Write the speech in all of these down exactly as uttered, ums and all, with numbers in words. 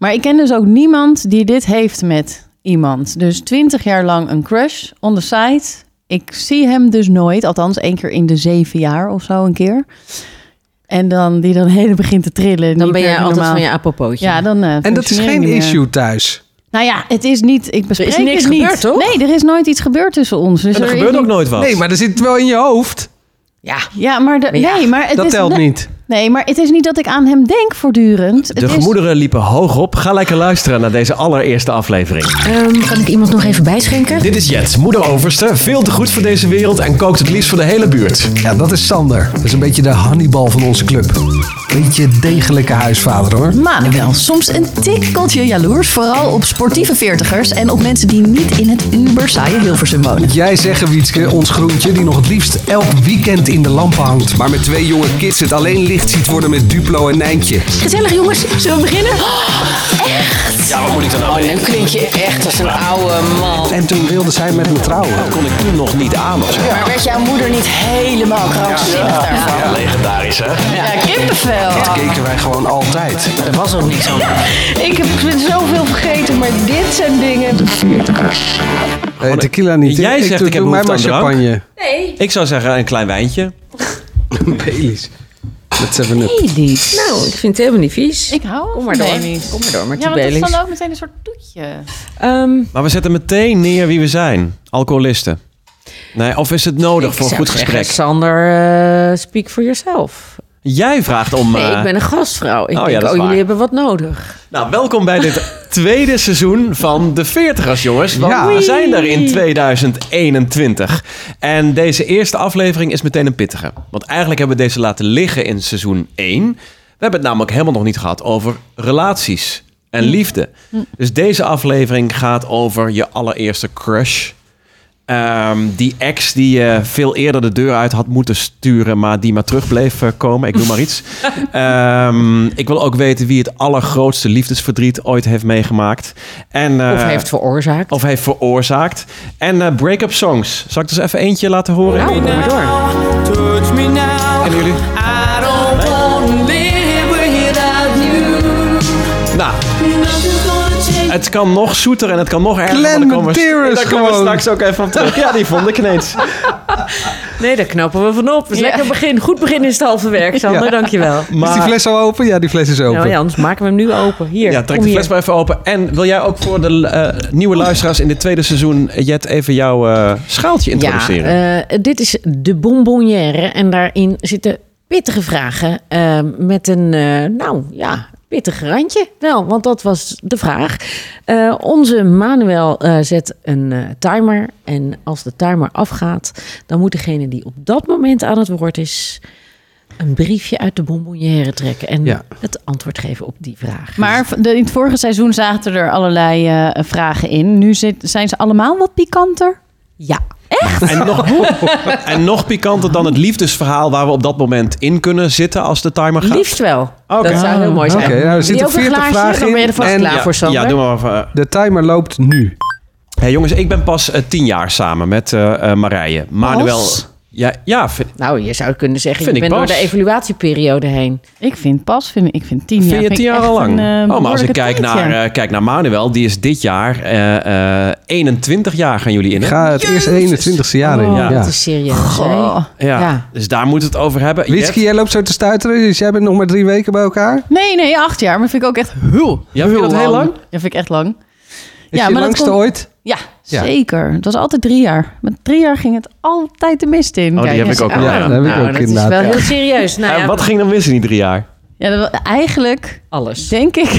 Maar ik ken dus ook niemand die dit heeft met iemand. Dus twintig jaar lang een crush on the side. Ik zie hem dus nooit, althans één keer in de zeven jaar of zo een keer. En dan die dan helemaal begint te trillen. Dan ben jij altijd normaal van je apopootje. Ja, dan, uh, en dat is geen issue thuis? Nou ja, het is niet... Ik bespreek er is niks het niet. gebeurd, toch? Nee, er is nooit iets gebeurd tussen ons. Dus en er, er gebeurt ook niet... nooit wat. Nee, maar er zit wel in je hoofd. Ja, ja maar, de, ja, nee, maar het dat is, telt nee, niet. Nee, maar het is niet dat ik aan hem denk voortdurend. De het gemoederen is... liepen hoog op. Ga lekker luisteren naar deze allereerste aflevering. Um, kan ik iemand nog even bijschenken? Dit is Jet, moederoverste. Veel te goed voor deze wereld en kookt het liefst voor de hele buurt. Ja, dat is Sander. Dat is een beetje de Hannibal van onze club. Beetje degelijke huisvader, hoor. Manuel, soms een tikkeltje jaloers. Vooral op sportieve veertigers en op mensen die niet in het uber saaie Hilversum wonen. Moet jij zeggen, Wietske, ons groentje, die nog het liefst elk weekend in de lampen hangt. Maar met twee jonge kids het alleen licht ziet worden met Duplo en Nijntje. Gezellig jongens, zullen we beginnen? Oh, echt? Ja, wat moet ik dan nou? Oh, nu klink je echt als een oude man. En toen wilde zij met me trouwen. Dat kon ik toen nog niet aan. Of zo. Maar werd jouw moeder niet helemaal krankzinnig ja, daarvan? Ja, legendarisch, hè? Ja, kippenvel. Dat keken wij gewoon altijd. Er was ook niks aan. Ik heb zoveel vergeten, maar dit zijn dingen... De veertigers. Uh, tequila niet. Jij zegt, doe, ik heb doe mij behoefte maar aan drank. champagne. Nee. Ik zou zeggen een klein wijntje. Baileys. Met seven up. Baileys. Nou, ik vind het helemaal niet vies. Ik hou Kom maar van door. Baileys. Kom maar door met Ja, die want dat is Baileys. dan ook meteen een soort toetje. Um, Maar we zetten meteen neer wie we zijn. Alcoholisten. Nee, of is het nodig voor een goed zeggen, gesprek? Sander, uh, speak for yourself. Jij vraagt om... Nee, uh... ik ben een gastvrouw. Ik Oh, denk, ja, dat is oh, waar. jullie hebben wat nodig. Nou, welkom bij dit tweede seizoen van De Veertigers, jongens. Want Ja. we zijn er in tweeduizend eenentwintig. En deze eerste aflevering is meteen een pittige. Want eigenlijk hebben we deze laten liggen in seizoen één. We hebben het namelijk helemaal nog niet gehad over relaties en liefde. Dus deze aflevering gaat over je allereerste crush. Um, die ex die je veel eerder de deur uit had moeten sturen, maar die maar terug bleef uh, komen. Ik noem maar iets. Um, ik wil ook weten wie het allergrootste liefdesverdriet ooit heeft meegemaakt. En, uh, Of heeft veroorzaakt. Of heeft veroorzaakt. En uh, break-up songs. Zal ik dus even eentje laten horen? Nou, kom maar door. Touch me now. Kennen jullie? I don't wanna live without you. Nou, Nothing's gonna change. het kan nog zoeter en het kan nog erger. Glenn maar daar komen we- Medeiros Daar komen we gewoon. straks ook even op terug. Ja, die vond ik ineens. Nee, daar knappen we van op. Het is Ja. lekker begin. Goed begin is het halve werk, Sander. Ja. Dankjewel. Is die Maar fles al open? Ja, die fles is open. Nou ja, anders maken we hem nu open. Hier, ja, trek kom de fles hier. maar even open. En wil jij ook voor de uh, nieuwe luisteraars in dit tweede seizoen, Jet, even jouw uh, schaaltje introduceren? Ja, uh, dit is de bonbonnière. En daarin zitten pittige vragen uh, met een, uh, nou ja, pittig randje. Wel, want dat was de vraag. Uh, onze Manuel uh, zet een uh, timer. En als de timer afgaat, dan moet degene die op dat moment aan het woord is een briefje uit de bonbonnière trekken en Ja. het antwoord geven op die vraag. Maar de, in het vorige seizoen zaten er allerlei uh, vragen in. Nu zit, zijn ze allemaal wat pikanter. Ja. En nog, en nog pikanter dan het liefdesverhaal waar we op dat moment in kunnen zitten als de timer gaat. Liefst wel. Oké. Dat zou heel mooi zijn. Oké, nou, er Wil je zitten ook een veertig glaasje? vragen Dan ben je in er vast en- klaar Ja, voor, Sander. ja, doe maar even. De timer loopt nu. Hey, jongens, ik ben pas uh, tien jaar samen met uh, uh, Marije. Manuel. Ja, ja vind, Nou, je zou kunnen zeggen, Vind je ik bent door pas. de evaluatieperiode heen. Ik vind pas, vind, ik vind tien jaar. vind je vind tien ik jaar echt al lang? een, uh, oh, maar als ik behoorlijke kijk tijd, naar, ja. uh, kijk naar Manuel, die is dit jaar uh, uh, eenentwintig jaar gaan jullie in. Ik Hè? ga het eerste eenentwintigste jaar in. Oh, Ja. dat is serieus. hè? Oh. Ja. Ja. Dus daar moeten we het over hebben. Whisky, jij loopt zo te stuiteren, dus jij bent nog maar drie weken bij elkaar. Nee, nee, acht jaar. Maar vind ik ook echt heel, Ja, vind je dat heel lang? Ja, vind ik echt lang. Is Ja, je maar dat langste komt- ooit? Ja, Ja. zeker. Het was altijd drie jaar. Met drie jaar ging het altijd de mist in. Oh, die heb ik ook ja. wel. Ja, dat heb ik nou, ook dat inderdaad. is wel Ja. heel serieus. Nou, Uh, ja, wat ging dan mis in die drie jaar? Ja, dat was eigenlijk alles. denk ik.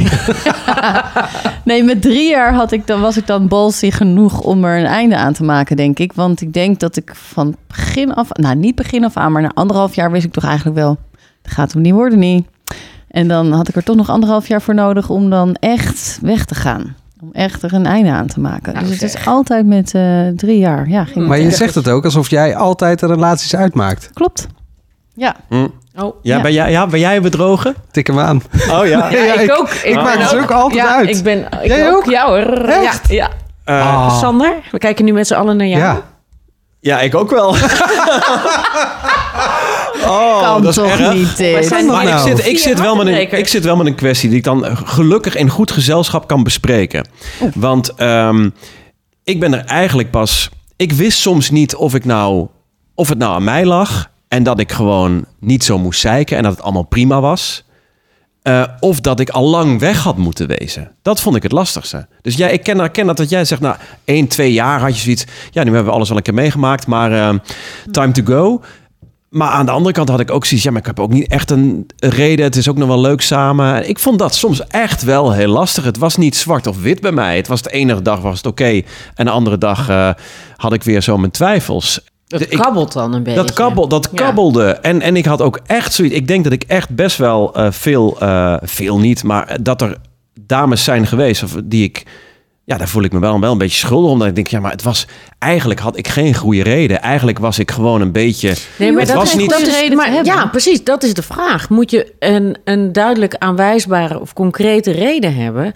Nee, met drie jaar had ik dan, was ik dan ballsy genoeg om er een einde aan te maken, denk ik. Want ik denk dat ik van begin af, nou niet begin af aan, maar na anderhalf jaar wist ik toch eigenlijk wel, dat gaat hem niet worden, niet. En dan had ik er toch nog anderhalf jaar voor nodig om dan echt weg te gaan. Om echt er een einde aan te maken. Nou, dus het zeg. is altijd met uh, drie jaar. Ja, ging Maar het je echt. zegt het ook alsof jij altijd de relaties uitmaakt. Klopt. Ja. Hm. Oh, Ja, Ja. Ben jij, ja, ben jij bedrogen? Tik hem aan. Oh ja. ja, Ja, ik, ik- ook. Ik, ik maak ben het ook altijd ja, uit. Ik ben, ik Jij ook? Ja hoor. Echt? Ja, ja. Uh, Ah. Sander, we kijken nu met z'n allen naar jou. Ja. Ja, ik ook wel. Oh, kan dat is toch erg. niet dit? Wij zijn Maar ik, nou? zit, ik, zit wel met een, ik zit wel met een kwestie die ik dan gelukkig in goed gezelschap kan bespreken. Want um, ik ben er eigenlijk pas... Ik wist soms niet of, ik nou, of het nou aan mij lag... en dat ik gewoon niet zo moest zeiken en dat het allemaal prima was... Uh, of dat ik al lang weg had moeten wezen. Dat vond ik het lastigste. Dus ja, ik ken, ken dat dat jij zegt... nou, één, twee jaar had je zoiets... ja, nu hebben we alles wel een keer meegemaakt... maar uh, time to go... Maar aan de andere kant had ik ook zoiets... ja, maar ik heb ook niet echt een reden. Het is ook nog wel leuk samen. Ik vond dat soms echt wel heel lastig. Het was niet zwart of wit bij mij. Het was de ene dag was het oké. Okay, en de andere dag uh, had ik weer zo mijn twijfels. Dat de, kabbelt dan een beetje. Dat, kabbel, dat kabbelde. Ja. En, en ik had ook echt zoiets... Ik denk dat ik echt best wel uh, veel... Uh, veel niet, maar dat er dames zijn geweest... Of die ik... Ja, daar voel ik me wel, wel een beetje schuldig omdat ik denk, ja, maar het was eigenlijk had ik geen goede reden. Eigenlijk was ik gewoon een beetje. Nee, maar het dat was is niet. dat is, maar, ja, precies. Dat is de vraag. Moet je een, een duidelijk aanwijsbare of concrete reden hebben?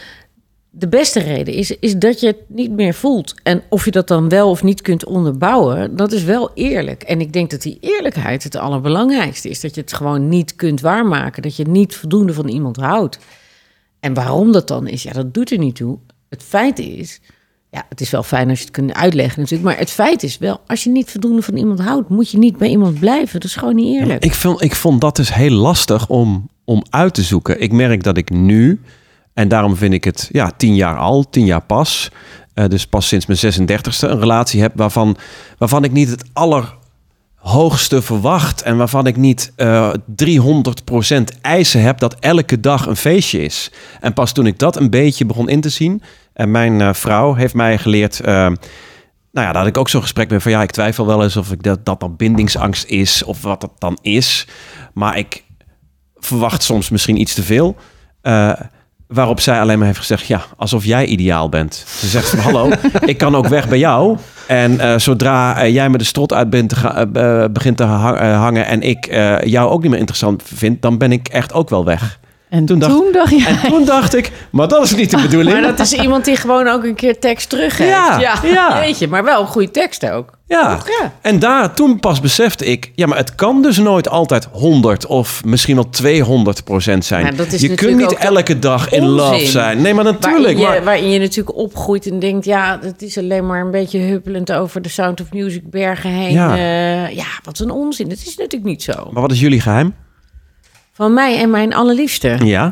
De beste reden is, is dat je het niet meer voelt. En of je dat dan wel of niet kunt onderbouwen, dat is wel eerlijk. En ik denk dat die eerlijkheid het allerbelangrijkste is. Dat je het gewoon niet kunt waarmaken. Dat je niet voldoende van iemand houdt. En waarom dat dan is, ja, dat doet er niet toe. Het feit is, ja, het is wel fijn als je het kunt uitleggen natuurlijk, maar het feit is wel, als je niet voldoende van iemand houdt, moet je niet bij iemand blijven. Dat is gewoon niet eerlijk. Ja, ik, vond, ik vond dat dus heel lastig om, om uit te zoeken. Ik merk dat ik nu, en daarom vind ik het ja, tien jaar al, tien jaar pas, uh, dus pas sinds mijn zesendertigste, een relatie heb waarvan, waarvan ik niet het allerhoogste verwacht en waarvan ik niet uh, driehonderd procent eisen heb dat elke dag een feestje is. En pas toen ik dat een beetje begon in te zien... En mijn uh, vrouw heeft mij geleerd... Uh, nou ja, daar had ik ook zo'n gesprek mee van... ja, ik twijfel wel eens of ik dat, dat dan bindingsangst is... of wat dat dan is. Maar ik verwacht soms misschien iets te veel. Uh, waarop zij alleen maar heeft gezegd... ja, alsof jij ideaal bent. Ze zegt van, hallo, ik kan ook weg bij jou. En uh, zodra uh, jij me de strot uit bent te ga, uh, begint te ha- uh, hangen... en ik uh, jou ook niet meer interessant vind... dan ben ik echt ook wel weg. En toen dacht, toen dacht je... En toen dacht ik, maar dat is niet de bedoeling. Maar dat is iemand die gewoon ook een keer tekst teruggeeft. Ja, ja, ja. Weet je, maar wel een goede tekst ook. Ja. ja, en daar toen pas besefte ik... ja, maar het kan dus nooit altijd honderd of misschien wel tweehonderd procent zijn. Nou, dat is je kunt niet elke dag in onzin. love zijn. Nee, maar natuurlijk. Waarin je, maar... waarin je natuurlijk opgroeit en denkt... ja, het is alleen maar een beetje huppelend over de Sound of Music bergen heen. Ja, uh, ja wat een onzin. Dat is natuurlijk niet zo. Maar wat is jullie geheim? Van mij en mijn allerliefste. Ja.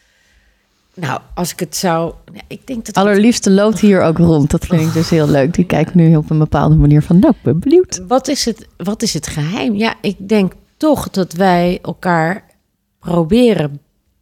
Nou, als ik het zou... Ja, ik denk dat allerliefste het... loopt hier ook rond. Dat vind ik dus heel leuk. Die kijkt nu op een bepaalde manier van... nou, ik ben benieuwd. Wat is het, wat is het geheim? Ja, ik denk toch dat wij elkaar proberen...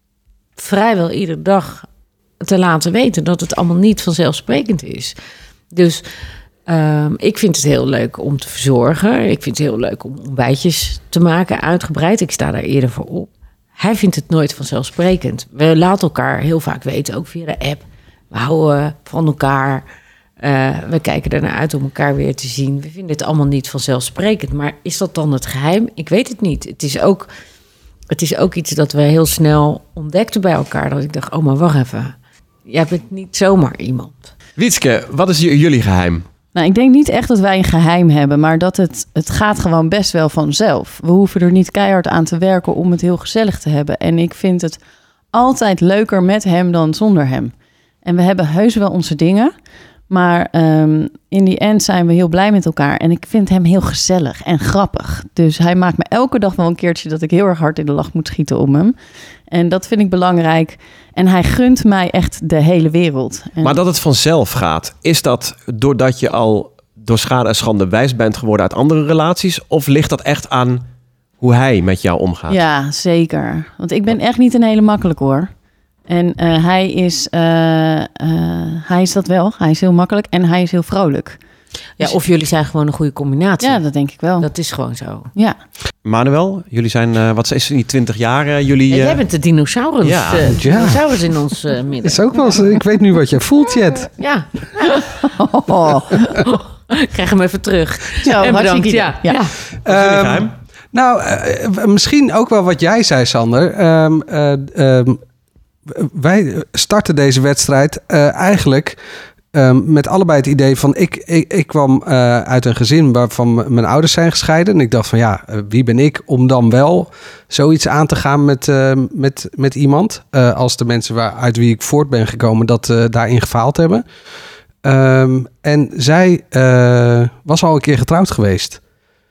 vrijwel iedere dag te laten weten... dat het allemaal niet vanzelfsprekend is. Dus um, ik vind het heel leuk om te verzorgen. Ik vind het heel leuk om ontbijtjes te maken, uitgebreid. Ik sta daar eerder voor op. Hij vindt het nooit vanzelfsprekend. We laten elkaar heel vaak weten, ook via de app. We houden van elkaar. Uh, we kijken ernaar uit om elkaar weer te zien. We vinden het allemaal niet vanzelfsprekend. Maar is dat dan het geheim? Ik weet het niet. Het is ook, het is ook iets dat we heel snel ontdekten bij elkaar. Dat ik dacht, oh, maar wacht even. Jij bent niet zomaar iemand. Wietske, wat is j- jullie geheim? Nou, ik denk niet echt dat wij een geheim hebben, maar dat het, het gaat gewoon best wel vanzelf. We hoeven er niet keihard aan te werken om het heel gezellig te hebben. En ik vind het altijd leuker met hem dan zonder hem. En we hebben heus wel onze dingen, maar um, in die end zijn we heel blij met elkaar. En ik vind hem heel gezellig en grappig. Dus hij maakt me elke dag wel een keertje dat ik heel erg hard in de lach moet schieten om hem. En dat vind ik belangrijk. En hij gunt mij echt de hele wereld. En... Maar dat het vanzelf gaat, is dat doordat je al door schade en schande wijs bent geworden uit andere relaties? Of ligt dat echt aan hoe hij met jou omgaat? Ja, zeker. Want ik ben echt niet een hele makkelijk hoor. En uh, hij, is, uh, uh, hij is dat wel. Hij is heel makkelijk en hij is heel vrolijk. Ja, dus... of jullie zijn gewoon een goede combinatie. Ja, dat denk ik wel. Dat is gewoon zo. Ja. Manuel, jullie zijn, uh, wat is het niet, twintig jaar? Uh, jullie, uh... ja, jij bent de dinosaurus. Ja. Uh, ja. dinosaurus in ons uh, midden. Is ook wel eens, ik weet nu wat je voelt, Jet. Ja. Oh. Ik krijg hem even terug. Zo, en bedankt. Ja. Ja. Ja. Um, nou, uh, misschien ook wel wat jij zei, Sander. Um, uh, um, wij starten deze wedstrijd uh, eigenlijk Um, met allebei het idee van... Ik, ik, ik kwam uh, uit een gezin waarvan m- mijn ouders zijn gescheiden. En ik dacht van ja, uh, wie ben ik om dan wel zoiets aan te gaan met, uh, met, met iemand... Uh, als de mensen waar, uit wie ik voort ben gekomen dat uh, daarin gefaald hebben. Um, en zij uh, was al een keer getrouwd geweest.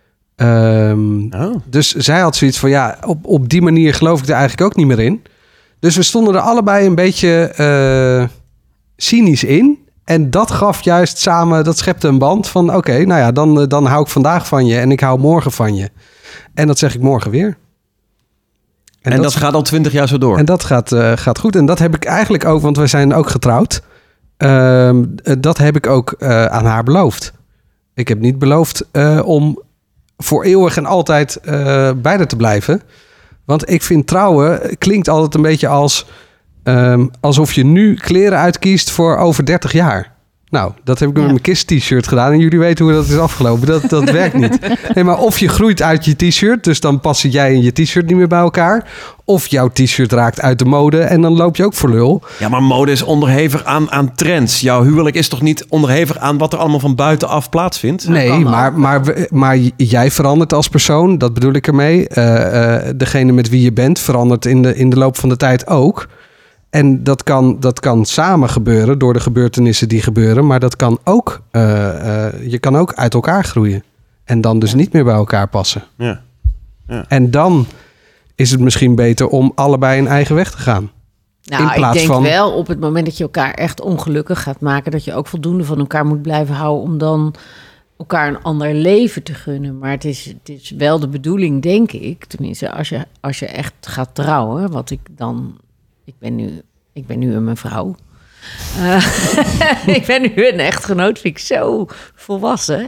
Um, oh. Dus zij had zoiets van ja, op, op die manier geloof ik er eigenlijk ook niet meer in. Dus we stonden er allebei een beetje uh, cynisch in... En dat gaf juist samen, dat schepte een band van... oké, okay, nou ja, dan, dan hou ik vandaag van je en ik hou morgen van je. En dat zeg ik morgen weer. En, en dat, dat gaat al twintig jaar zo door? En dat gaat, uh, gaat goed. En dat heb ik eigenlijk ook, want we zijn ook getrouwd. Uh, dat heb ik ook uh, aan haar beloofd. Ik heb niet beloofd uh, om voor eeuwig en altijd uh, bij haar te blijven. Want ik vind trouwen klinkt altijd een beetje als... Um, alsof je nu kleren uitkiest voor over dertig jaar. Nou, dat heb ik ja. met mijn Kiss-t-shirt gedaan. En jullie weten hoe dat is afgelopen. Dat, dat werkt niet. Nee, maar of je groeit uit je t-shirt... dus dan passen jij en je t-shirt niet meer bij elkaar... of jouw t-shirt raakt uit de mode... en dan loop je ook voor lul. Ja, maar mode is onderhevig aan, aan trends. Jouw huwelijk is toch niet onderhevig aan... wat er allemaal van buitenaf plaatsvindt? Nee, maar, maar, maar jij verandert als persoon. Dat bedoel ik ermee. Uh, uh, degene met wie je bent verandert in de, in de loop van de tijd ook... En dat kan, dat kan samen gebeuren door de gebeurtenissen die gebeuren. Maar dat kan ook, uh, uh, je kan ook uit elkaar groeien. En dan dus ja. niet meer bij elkaar passen. Ja. Ja. En dan is het misschien beter om allebei een eigen weg te gaan. Nou, in plaats ik denk van... wel op het moment dat je elkaar echt ongelukkig gaat maken... dat je ook voldoende van elkaar moet blijven houden... om dan elkaar een ander leven te gunnen. Maar het is, het is wel de bedoeling, denk ik... tenminste, als je, als je echt gaat trouwen... wat ik dan... Ik ben nu, ik ben nu een mevrouw. Uh, ik ben nu een echtgenoot. Vind ik zo volwassen.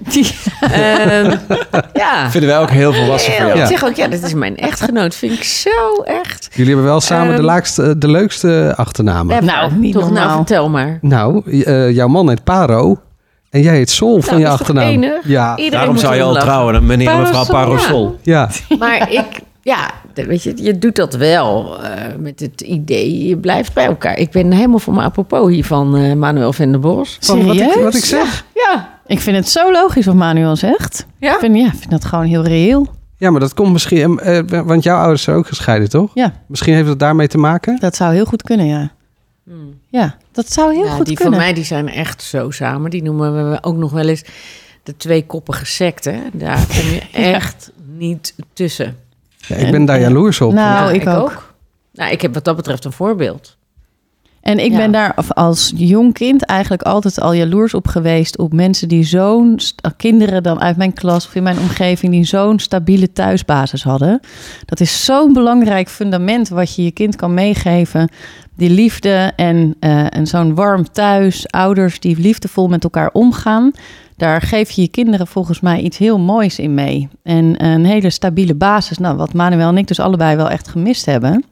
uh, ja. Vinden wij ook heel volwassen voor jou. Ik zeg ook, ja, dit is mijn echtgenoot. Vind ik zo echt. Jullie hebben wel samen um, de, laagste, de leukste achternamen. Ja, nou, niet toch normaal. Nou, vertel maar. Nou, uh, jouw man heet Paro. En jij heet Sol nou, van je achternaam. Ja. Daarom zou je al trouwen, meneer en mevrouw Paro Sol. Ja. ja. Maar ik... Ja, weet je, je doet dat wel uh, met het idee, je blijft bij elkaar. Ik ben helemaal voor me apropos hier van uh, Manuel van der Bos. Van wat ik, wat ik zeg? Ja, ja. Ik vind het zo logisch wat Manuel zegt. Ja? Ik vind, ja, vind dat gewoon heel reëel. Ja, maar dat komt misschien... Uh, want jouw ouders zijn ook gescheiden, toch? Ja. Misschien heeft het daarmee te maken? Dat zou heel goed kunnen, ja. Hmm. Ja, dat zou heel ja, goed die kunnen. Die van mij die zijn echt zo samen. Die noemen we ook nog wel eens de tweekoppige secte. Daar kom je echt ja. niet tussen. Ja, ik ben daar jaloers op. Nou, ja, ik, ik ook. ook. Nou, ik heb wat dat betreft een voorbeeld. En ik ja. ben daar als jong kind eigenlijk altijd al jaloers op geweest... op mensen die zo'n... kinderen dan uit mijn klas of in mijn omgeving... die zo'n stabiele thuisbasis hadden. Dat is zo'n belangrijk fundament wat je je kind kan meegeven. Die liefde en, uh, en zo'n warm thuis. Ouders die liefdevol met elkaar omgaan... Daar geef je je kinderen volgens mij iets heel moois in mee. En een hele stabiele basis. Nou, wat Manuel en ik dus allebei wel echt gemist hebben.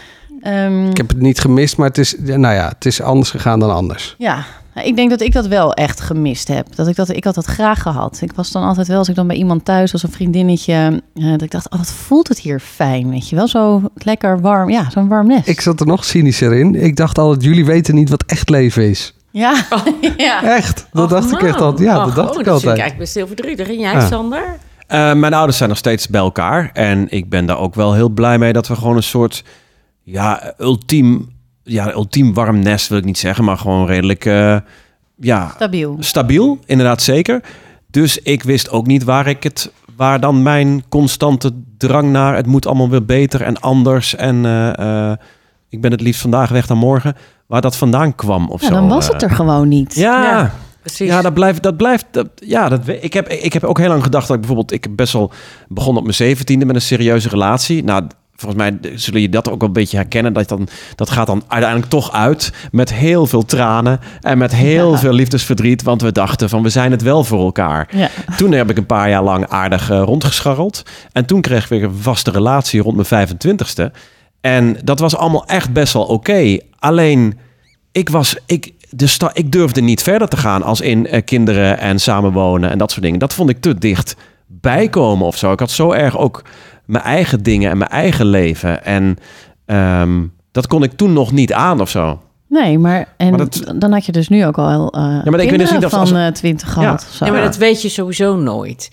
Um, ik heb het niet gemist, maar het is, nou ja, het is anders gegaan dan anders. Ja, ik denk dat ik dat wel echt gemist heb. Dat ik, dat, ik had dat graag gehad. Ik was dan altijd wel, als ik dan bij iemand thuis was, een vriendinnetje... Uh, dat ik dacht, oh, wat voelt het hier fijn, weet je wel? Zo lekker warm, ja, zo'n warm nest. Ik zat er nog cynischer in. Ik dacht altijd, jullie weten niet wat echt leven is. Ja, oh. ja. Echt, dat Och, dacht man. ik echt altijd. Ja, Och, dat dacht oh, ik dat altijd. vind ik eigenlijk best heel verdrietig. En jij, ja. Sander? Uh, mijn ouders zijn nog steeds bij elkaar. En ik ben daar ook wel heel blij mee dat we gewoon een soort... Ja, ultiem, ja, ultiem warm nest wil ik niet zeggen. Maar gewoon redelijk... Uh, ja, stabiel. Stabiel, inderdaad zeker. Dus ik wist ook niet waar ik het... Waar dan mijn constante drang naar... Het moet allemaal weer beter en anders. En uh, uh, ik ben het liefst vandaag weg dan morgen... Waar dat vandaan kwam of ja, zo. Dan was het er gewoon niet. Ja, ja precies. Ja, dat blijft... Dat blijft dat, ja, dat, ik, heb, ik heb ook heel lang gedacht dat ik bijvoorbeeld... Ik heb best wel begon op mijn zeventiende met een serieuze relatie. Nou, volgens mij zullen je dat ook wel een beetje herkennen. Dat, dan, dat gaat dan uiteindelijk toch uit met heel veel tranen... en met heel ja. veel liefdesverdriet. Want we dachten van, we zijn het wel voor elkaar. Ja. Toen heb ik een paar jaar lang aardig uh, rondgescharreld. En toen kreeg ik weer een vaste relatie rond mijn vijfentwintigste... En dat was allemaal echt best wel oké. Okay. Alleen, ik, was, ik, de sta- ik durfde niet verder te gaan... als in uh, kinderen en samenwonen en dat soort dingen. Dat vond ik te dicht bijkomen of zo. Ik had zo erg ook mijn eigen dingen en mijn eigen leven. En um, dat kon ik toen nog niet aan of zo. Nee, maar, en Maar dat- dan had je dus nu ook al uh, maar ik weet dus kinderen niet of van als- uh, twintig gehad. Ja. Of zo. Nee, maar dat weet je sowieso nooit.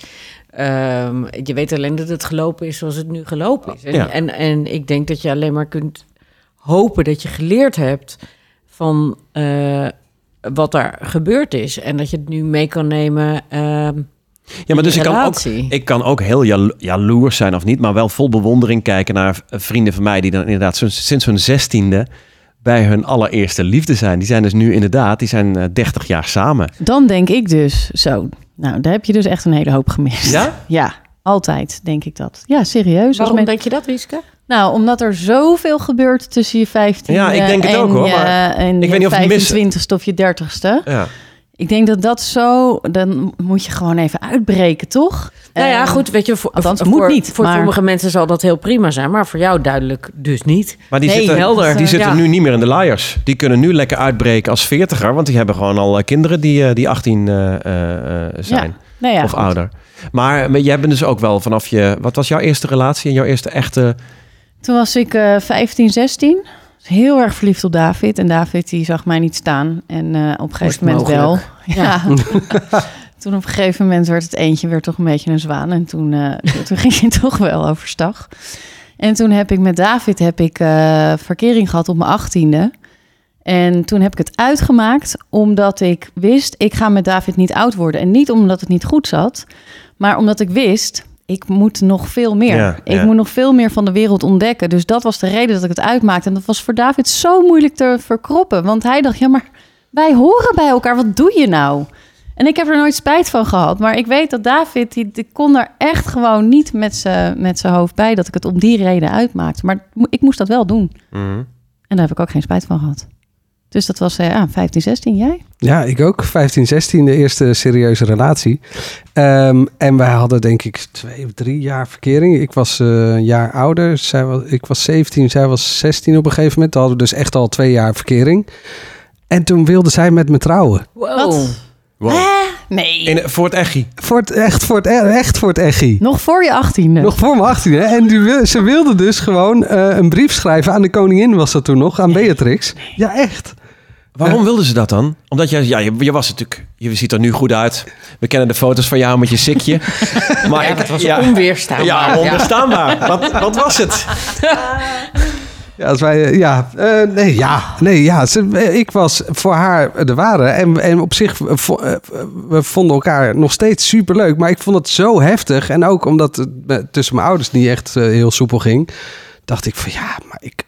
Um, je weet alleen dat het gelopen is zoals het nu gelopen is. En, Ja. en, en ik denk dat je alleen maar kunt hopen dat je geleerd hebt van uh, wat daar gebeurd is. En dat je het nu mee kan nemen. Um, Ja, maar dus ik kan, ook, relatie. ik kan ook heel jalo- jaloers zijn of niet, maar wel vol bewondering kijken naar vrienden van mij die dan inderdaad zo, sinds hun zestiende bij hun allereerste liefde zijn. Die zijn dus nu inderdaad, die zijn uh, dertig jaar samen. Dan denk ik dus zo. Nou, daar heb je dus echt een hele hoop gemist. Ja? Ja, altijd denk ik dat. Ja, serieus. Waarom men... denk je dat, Wieske? Nou, omdat er zoveel gebeurt tussen je vijftiende Ja, ik denk het en ook, hoor, je, maar en ik je weet niet of het mis- vijfentwintigste of je dertigste. Ja. Ik denk dat dat zo... Dan moet je gewoon even uitbreken, toch? Nou ja, Eh, goed, weet je, voor, althans, voor, moet voor, niet, voor maar- sommige mensen zal dat heel prima zijn, maar voor jou duidelijk dus niet. Maar die Nee, zitten, helder. die zitten Ja. nu niet meer in de liars. Die kunnen nu lekker uitbreken als veertiger, want die hebben gewoon al uh, kinderen die, uh, die achttien uh, uh, zijn. Ja. Nou ja, of goed. ouder. Maar, maar jij bent dus ook wel vanaf je... Wat was jouw eerste relatie en jouw eerste echte... Toen was ik uh, vijftien, zestien. Heel erg verliefd op David. En David die zag mij niet staan. En uh, op een gegeven moment wel. mogelijk. Ja. Toen op een gegeven moment werd het eentje weer toch een beetje een zwaan. En toen, uh, toen ging je toch wel overstag. En toen heb ik met David heb ik, uh, verkering gehad op mijn achttiende. En toen heb ik het uitgemaakt omdat ik wist... ik ga met David niet oud worden. En niet omdat het niet goed zat, maar omdat ik wist... ik moet nog veel meer. Ja, ik ja. moet nog veel meer van de wereld ontdekken. Dus dat was de reden dat ik het uitmaakte. En dat was voor David zo moeilijk te verkroppen. Want hij dacht, ja, maar wij horen bij elkaar. Wat doe je nou? En ik heb er nooit spijt van gehad. Maar ik weet dat David, die, die kon er echt gewoon niet met zijn met zijn hoofd bij... dat ik het om die reden uitmaakte. Maar ik moest dat wel doen. Mm-hmm. En daar heb ik ook geen spijt van gehad. Dus dat was uh, vijftien, zestien, jij? Ja, ik ook. vijftien, zestien, de eerste serieuze relatie. Um, en wij hadden denk ik twee of drie jaar verkering. Ik was uh, een jaar ouder. Zij was, ik was zeventien, zij was zestien op een gegeven moment. Toen hadden we dus echt al twee jaar verkering. En toen wilde zij met me trouwen. Wow. Wat? Wow. Nee. In, voor het echi. Voor het, echt, voor het, echt voor het echi. Nog voor je achttiende? Nog voor mijn achttiende. En die, wil- ze wilde dus gewoon uh, een brief schrijven aan de koningin, was dat toen nog, aan Beatrix. Ja, echt. Waarom wilden ze dat dan? Omdat jij, ja, je, je was natuurlijk, je ziet er nu goed uit. We kennen de foto's van jou met je sikje. Maar Ja, ik, dat was ja, onweerstaanbaar. Ja, onweerstaanbaar. Wat, wat was het? Ja, als wij, ja, uh, nee, ja, nee, ja. Ze, ik was voor haar de ware. En, en op zich, vo, uh, we vonden elkaar nog steeds superleuk. Maar ik vond het zo heftig. En ook omdat het tussen mijn ouders niet echt uh, heel soepel ging. Dacht ik van, ja, maar ik...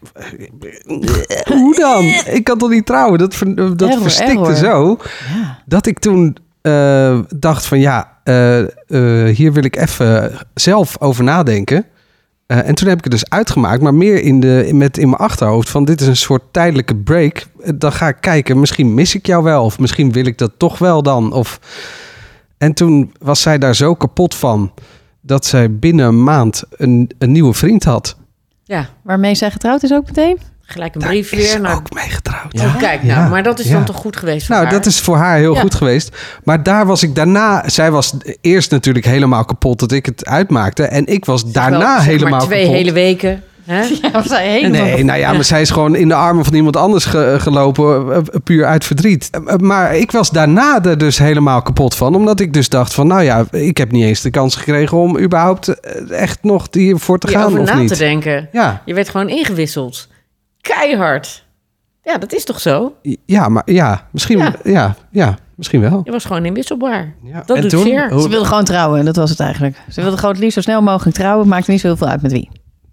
Hoe dan? Ik kan toch niet trouwen? Dat, ver, dat Error, verstikte error. zo. Ja. Dat ik toen uh, dacht van, ja, uh, uh, hier wil ik even zelf over nadenken. Uh, en toen heb ik het dus uitgemaakt, maar meer in, de, met in mijn achterhoofd van dit is een soort tijdelijke break. Uh, dan ga ik kijken, misschien mis ik jou wel of misschien wil ik dat toch wel dan. Of... En toen was zij daar zo kapot van dat zij binnen een maand een, een nieuwe vriend had. Ja, Waarmee zij getrouwd is ook meteen? gelijk een Daar is is weer ze naar... ook mee getrouwd. Oh, kijk, nou, Ja. maar dat is Ja. dan toch goed geweest voor Nou, haar? dat is voor haar heel Ja. goed geweest. Maar daar was ik daarna... Zij was eerst natuurlijk helemaal kapot dat ik het uitmaakte. En ik was daarna Wel, zeg helemaal maar twee kapot. hele weken. Hè? Ja, was zij helemaal... Nee, nou ja, maar zij is gewoon in de armen van iemand anders ge- gelopen, uh, puur uit verdriet. Uh, maar ik was daarna er dus helemaal kapot van, omdat ik dus dacht van, nou ja, ik heb niet eens de kans gekregen om überhaupt uh, echt nog hiervoor te gaan Hierover of na niet. te denken. Ja, Je werd gewoon ingewisseld. Keihard. Ja, dat is toch zo? ja, maar ja, misschien, Ja. ja. Ja, misschien wel. Je was gewoon inwisselbaar. Ja. Dat En doet toen? zeer. Hoe- Ze wilde gewoon trouwen, dat was het eigenlijk. Ze wilde gewoon het liefst zo snel mogelijk trouwen. Maakt niet zoveel uit met wie.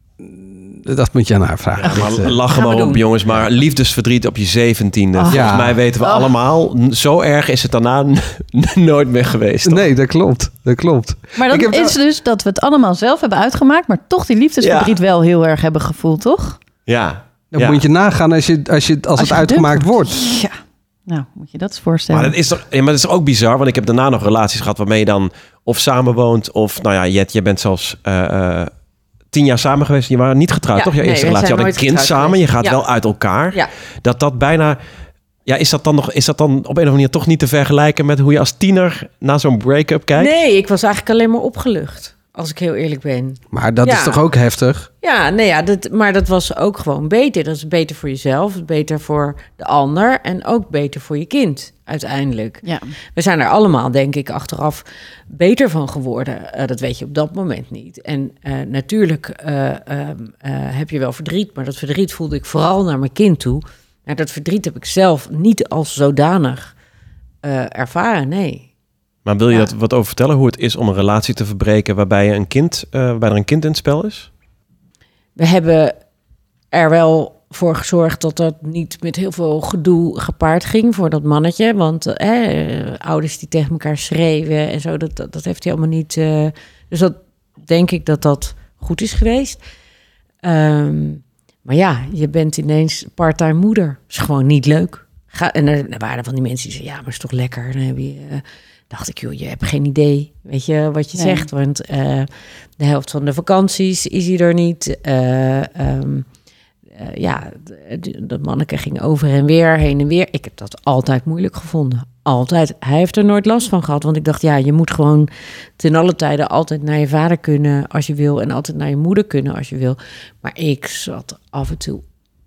Dat moet je aan haar vragen. Ja, maar Dit, uh, lach gaan we maar op, doen. jongens. Maar liefdesverdriet op je zeventiende. Oh. Volgens Ja. mij weten we Oh. allemaal. n- Zo erg is het daarna n- nooit meer geweest. toch? nee, dat klopt. Dat klopt. Maar dat Ik heb is dus dat we het allemaal zelf hebben uitgemaakt... maar toch die liefdesverdriet wel heel erg hebben gevoeld, toch? Ja. Dan ja. moet je nagaan als, je, als, je, als, het je uitgemaakt gedumpt wordt. Ja. Nou, moet je dat eens voorstellen. Maar dat is toch, ja, maar dat is ook bizar, want ik heb daarna nog relaties gehad waarmee je dan of samenwoont of, nou ja, Jet, je bent zelfs uh, uh, tien jaar samen geweest. Je waren niet getrouwd, Ja, toch? Je nee, eerste wij relatie zijn had een nooit kind getrouwd samen. Je geweest. gaat Ja. wel uit elkaar. Ja. Dat dat bijna, ja, is dat dan nog, is dat dan op een of andere manier toch niet te vergelijken met hoe je als tiener naar zo'n break-up kijkt? Nee, ik was eigenlijk alleen maar opgelucht. Als ik heel eerlijk ben. Maar dat Ja. is toch ook heftig? Ja, nee, ja dat, maar dat was ook gewoon beter. Dat is beter voor jezelf, beter voor de ander en ook beter voor je kind uiteindelijk. Ja. We zijn er allemaal, denk ik, achteraf beter van geworden. Uh, dat weet je op dat moment niet. En uh, natuurlijk uh, uh, uh, heb je wel verdriet, maar dat verdriet voelde ik vooral naar mijn kind toe. Nou, dat verdriet heb ik zelf niet als zodanig uh, ervaren, nee. Maar wil je Ja. dat wat over vertellen? Hoe het is om een relatie te verbreken waarbij, je een kind, uh, waarbij er een kind in het spel is? We hebben er wel voor gezorgd dat dat niet met heel veel gedoe gepaard ging voor dat mannetje. Want eh, ouders die tegen elkaar schreeuwen en zo, dat, dat, dat heeft hij allemaal niet. Uh, dus dat denk ik dat dat goed is geweest. Um, maar ja, je bent ineens parttime moeder. Is gewoon niet leuk. Ga, en er, er waren van die mensen die zeiden, ja, maar is toch lekker. Dan heb je... Uh, dacht ik, joh, je hebt geen idee, weet je, wat je Nee. zegt. Want uh, de helft van de vakanties is hij er niet. Uh, um, uh, ja, d- dat manneke ging over en weer, heen en weer. Ik heb dat altijd moeilijk gevonden. Altijd. Hij heeft er nooit last van gehad. Want ik dacht, ja, je moet gewoon ten alle tijden altijd naar je vader kunnen als je wil. En altijd naar je moeder kunnen als je wil. Maar ik zat af en toe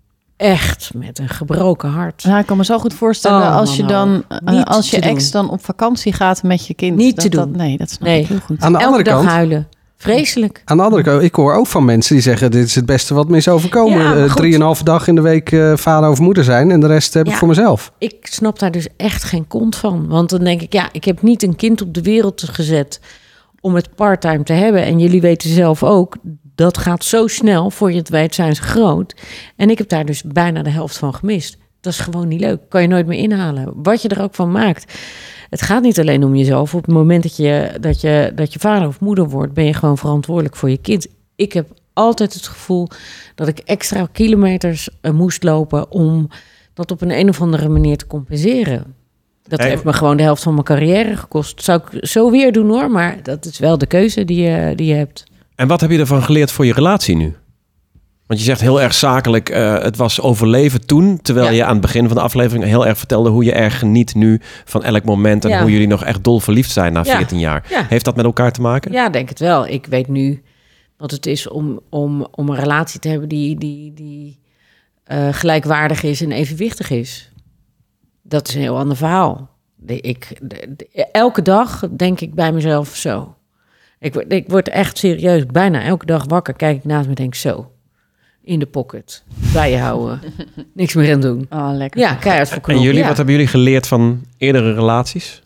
echt met een gebroken hart. Ja, ik kan me zo goed voorstellen Oh, als je mama. dan uh, Niet als je te ex doen. dan op vakantie gaat met je kind. Niet dat, te doen. Dat, nee, dat snap Nee. ik heel goed. Aan de Elke andere dag kant, huilen. Vreselijk. aan de andere kant, ik hoor ook van mensen die zeggen, dit is het beste wat me is overkomen. Ja, maar Uh, goed. Drieënhalve dag in de week uh, vader of moeder zijn en de rest heb ik Ja. voor mezelf. Ik snap daar dus echt geen kont van. Want dan denk ik, ja, ik heb niet een kind op de wereld gezet om het parttime te hebben. En jullie weten zelf ook, dat gaat zo snel. Voor je het weet zijn ze groot. En ik heb daar dus bijna de helft van gemist. Dat is gewoon niet leuk. Kan je nooit meer inhalen. Wat je er ook van maakt. Het gaat niet alleen om jezelf. Op het moment dat je, dat je, dat je vader of moeder wordt, ben je gewoon verantwoordelijk voor je kind. Ik heb altijd het gevoel dat ik extra kilometers uh, moest lopen om dat op een, een of andere manier te compenseren. Dat Hey. heeft me gewoon de helft van mijn carrière gekost. Zou ik zo weer doen hoor, maar dat is wel de keuze die je, die je hebt. En wat heb je ervan geleerd voor je relatie nu? Want je zegt heel erg zakelijk, uh, het was overleven toen. Terwijl Ja. je aan het begin van de aflevering heel erg vertelde hoe je erg geniet nu van elk moment. En Ja. hoe jullie nog echt dol verliefd zijn na Ja. veertien jaar. Ja. Heeft dat met elkaar te maken? Ja, denk het wel. Ik weet nu wat het is om, om, om een relatie te hebben die, die, die uh, gelijkwaardig is en evenwichtig is. Dat is een heel ander verhaal. De, ik, de, de- elke dag denk ik bij mezelf zo. Ik, word- ik word echt serieus bijna elke dag wakker. Kijk ik naast me en denk zo. In de pocket. Bij je houden. Niks meer aan doen. Oh, lekker. Ja, keihard voor En knoppen. jullie, ja. wat hebben jullie geleerd van eerdere relaties?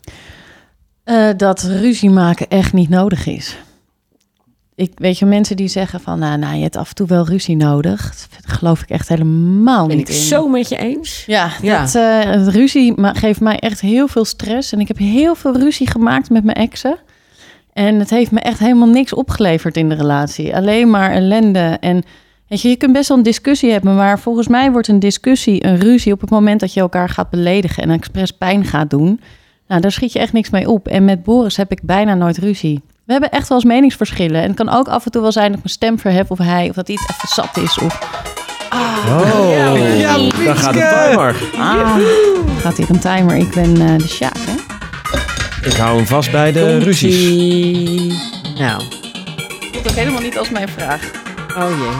Uh, dat ruzie maken echt niet nodig is. Ik weet je, mensen die zeggen van, nou, nou, je hebt af en toe wel ruzie nodig. Dat geloof ik echt helemaal Ben niet ik in. zo met je eens. Ja, Ja. Dat, uh, het ruzie ma- geeft mij echt heel veel stress. En ik heb heel veel ruzie gemaakt met mijn exen. En het heeft me echt helemaal niks opgeleverd in de relatie. Alleen maar ellende. En weet je, je kunt best wel een discussie hebben, maar volgens mij wordt een discussie een ruzie op het moment dat je elkaar gaat beledigen en expres pijn gaat doen. Nou, daar schiet je echt niks mee op. En met Boris heb ik bijna nooit ruzie. We hebben echt wel eens meningsverschillen. En het kan ook af en toe wel zijn dat ik mijn stem verhef of hij, of dat hij iets even zat is. Of Oh, Ja, dan gaat de timer. ah, gaat hier een timer. Ik ben uh, de Sjaak, hè? Ik hou hem vast bij de ruzies. Komt-ie. Nou, voelt ook helemaal niet als mijn vraag. oh jee.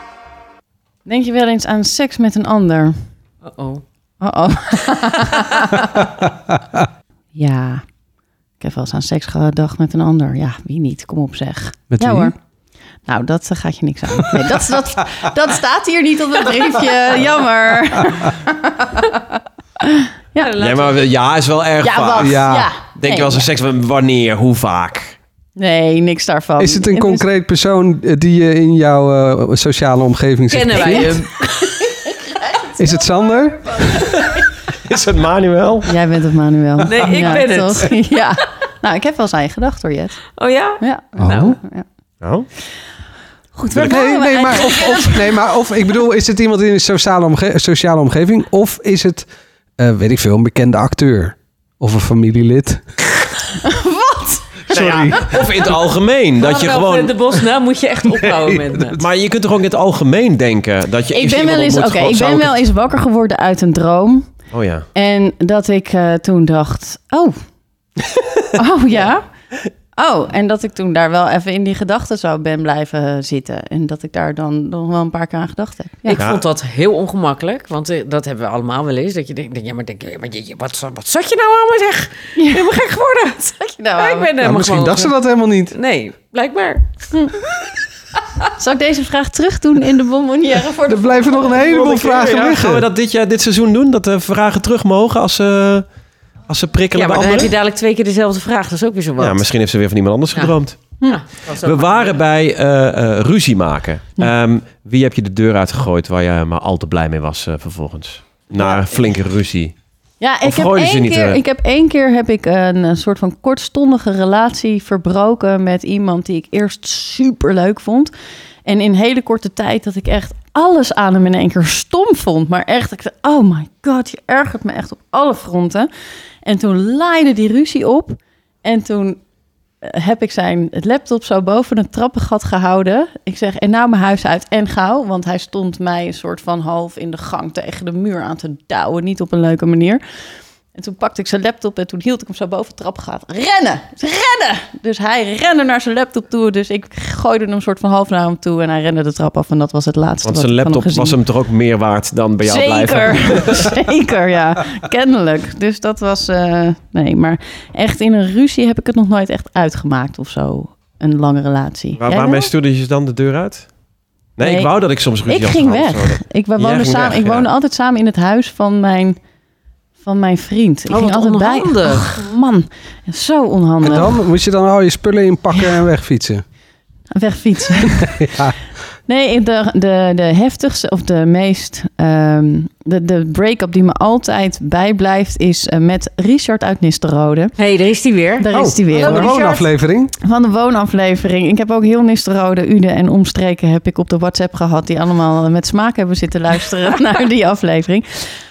Denk je wel eens aan seks met een ander? Uh-oh. Oh-oh. Ja, ik heb wel eens aan seks gedacht met een ander. Ja, wie niet? Kom op zeg. Met ja wie? hoor. Nou, dat uh, gaat je niks aan. Nee, dat, dat, dat staat hier niet op het briefje. Jammer. ja, Ja, maar ja, is wel erg ja, vaak. wat? Ja. Ja. Denk Nee, je wel eens aan seks, wanneer, hoe vaak? Nee, niks daarvan. Is het een is- concreet persoon uh, die je in jouw uh, sociale omgeving zit? Kennen wij hem? Is het Sander? Is het Manuel? Jij bent het, Manuel. Nee, ik ja, ben het. toch? Ja. Nou, ik heb wel eens aan je gedacht hoor, Jet. Oh ja? Ja. Oh. Nou, ja. Nou, Goed, Wil waar ik- Nee, waren we nee, maar eigenlijk? of, of, nee, maar of ik bedoel, is het iemand in een sociale, omge- sociale omgeving? Of is het, uh, weet ik veel, een bekende acteur? Of een familielid? Sorry. Nou ja, of in het algemeen. Dat je Vanaf gewoon... de Bos, nou moet je echt ophouden met me. Maar je kunt toch ook in het algemeen denken dat je Ik eerst ben wel iemand eens, ontmoet, oké, ik gewoon ben zou wel het- eens wakker geworden uit een droom. Oh ja. En dat ik uh, toen dacht, oh, oh ja, Oh, en dat ik toen daar wel even in die gedachten zou ben blijven zitten. En dat ik daar dan nog wel een paar keer aan gedacht heb. Ja. Ik vond dat heel ongemakkelijk, want uh, dat hebben we allemaal wel eens. Dat je denkt, ja, maar, denk, ja, maar je, wat, wat zat je nou aan me zeg? Ja. Helemaal gek geworden. Wat zat je nou ja, aan ik ben nou, misschien gewoon... dacht ze dat helemaal niet. Nee, blijkbaar. Hm. Zal ik deze vraag terug doen in de bonbonnière? Voor de er blijven nog een heleboel vragen ja, liggen. Gaan we dat dit, jaar, dit seizoen doen? Dat de vragen terug mogen als ze, als ze prikkelen Ja, maar bij dan heb anderen? je dadelijk twee keer dezelfde vraag. Dat is ook weer zo wat. Ja, misschien heeft ze weer van iemand anders Ja. gedroomd. Ja, We waren bij uh, uh, ruzie maken. Ja. Um, wie heb je de deur uitgegooid waar je maar al te blij mee was uh, vervolgens? Na een flinke ruzie. Ja, ik Of heb, gooiden ze één niet, keer, uh... ik heb één keer heb ik een, een soort van kortstondige relatie verbroken met iemand die ik eerst super leuk vond. En in hele korte tijd dat ik echt alles aan hem in één keer stom vond. Maar echt, ik dacht, oh my god, je ergert me echt op alle fronten. En toen laaide die ruzie op. En toen heb ik zijn laptop zo boven een trappengat gehouden. Ik zeg, en nou mijn huis uit en gauw. Want hij stond mij een soort van half in de gang tegen de muur aan te douwen. Niet op een leuke manier. En toen pakte ik zijn laptop en toen hield ik hem zo boven de trap gaat. Rennen! Rennen! Dus hij rende naar zijn laptop toe. Dus ik gooide hem een soort van half naar hem toe. En hij rende de trap af. En dat was het laatste. Want wat zijn ik van hem laptop gezien. was hem toch ook meer waard dan bij jou Zeker. blijven? Zeker, ja. Kennelijk. Dus dat was... Uh, nee, maar echt in een ruzie heb ik het nog nooit echt uitgemaakt of zo. Een lange relatie. Waar, Jij waarmee wel? stuurde je dan de deur uit? Nee, Nee. ik wou dat ik soms ruzie Ik had ging gehad of weg. zo. Ik, we Jij woonden ging samen, weg, ik woonde ja. altijd samen in het huis van mijn, van mijn vriend. Ik Oh, ging wat altijd bij. onhandig. Ach, man, zo onhandig. En dan moest je dan al je spullen inpakken en wegfietsen. Wegfietsen. Ja. Nee, de, de, de heftigste of de meest... Um, de, de break-up die me altijd bijblijft is uh, met Richard uit Nisterode. Hé, hey, daar is hij weer. Daar is hij weer. Van de Richard. woonaflevering. Van de woonaflevering. Ik heb ook heel Nisterode, Uden en omstreken heb ik op de WhatsApp gehad... die allemaal met smaak hebben zitten luisteren naar die aflevering.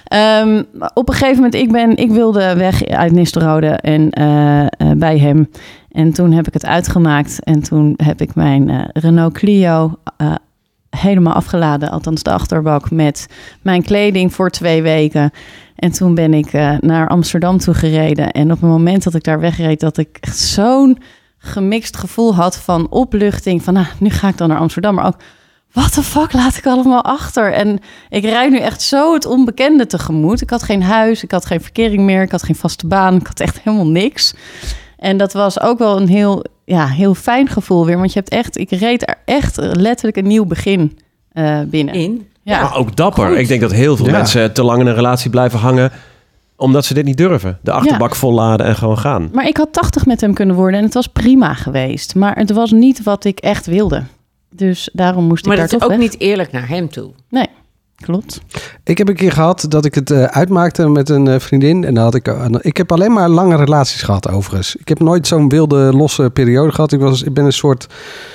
Um, op een gegeven moment, ik, ben, ik wilde weg uit Nisterode en uh, uh, bij hem. En toen heb ik het uitgemaakt. En toen heb ik mijn uh, Renault Clio uh, helemaal afgeladen. Althans de achterbak met mijn kleding voor twee weken. En toen ben ik uh, naar Amsterdam toe gereden. En op het moment dat ik daar wegreed, dat ik echt zo'n gemixt gevoel had van opluchting. Van nou, nu ga ik dan naar Amsterdam. Maar ook, what the fuck laat ik allemaal achter? En ik rijd nu echt zo het onbekende tegemoet. Ik had geen huis, ik had geen verkering meer. Ik had geen vaste baan, ik had echt helemaal niks. En dat was ook wel een heel, ja, heel fijn gevoel weer. Want je hebt echt, ik reed er echt letterlijk een nieuw begin uh, binnen. In? Ja. Maar ook dapper. Goed. Ik denk dat heel veel Ja. mensen te lang in een relatie blijven hangen... omdat ze dit niet durven. De achterbak volladen en gewoon gaan. Maar ik had tachtig met hem kunnen worden en het was prima geweest. Maar het was niet wat ik echt wilde. Dus daarom moest Maar ik dat daar is toch ook weg. niet eerlijk naar hem toe. Nee, klopt. Ik heb een keer gehad dat ik het uh, uitmaakte met een uh, vriendin. En dan had ik, uh, ik heb alleen maar lange relaties gehad overigens. Ik heb nooit zo'n wilde, losse periode gehad. Ik, was, ik ben een soort...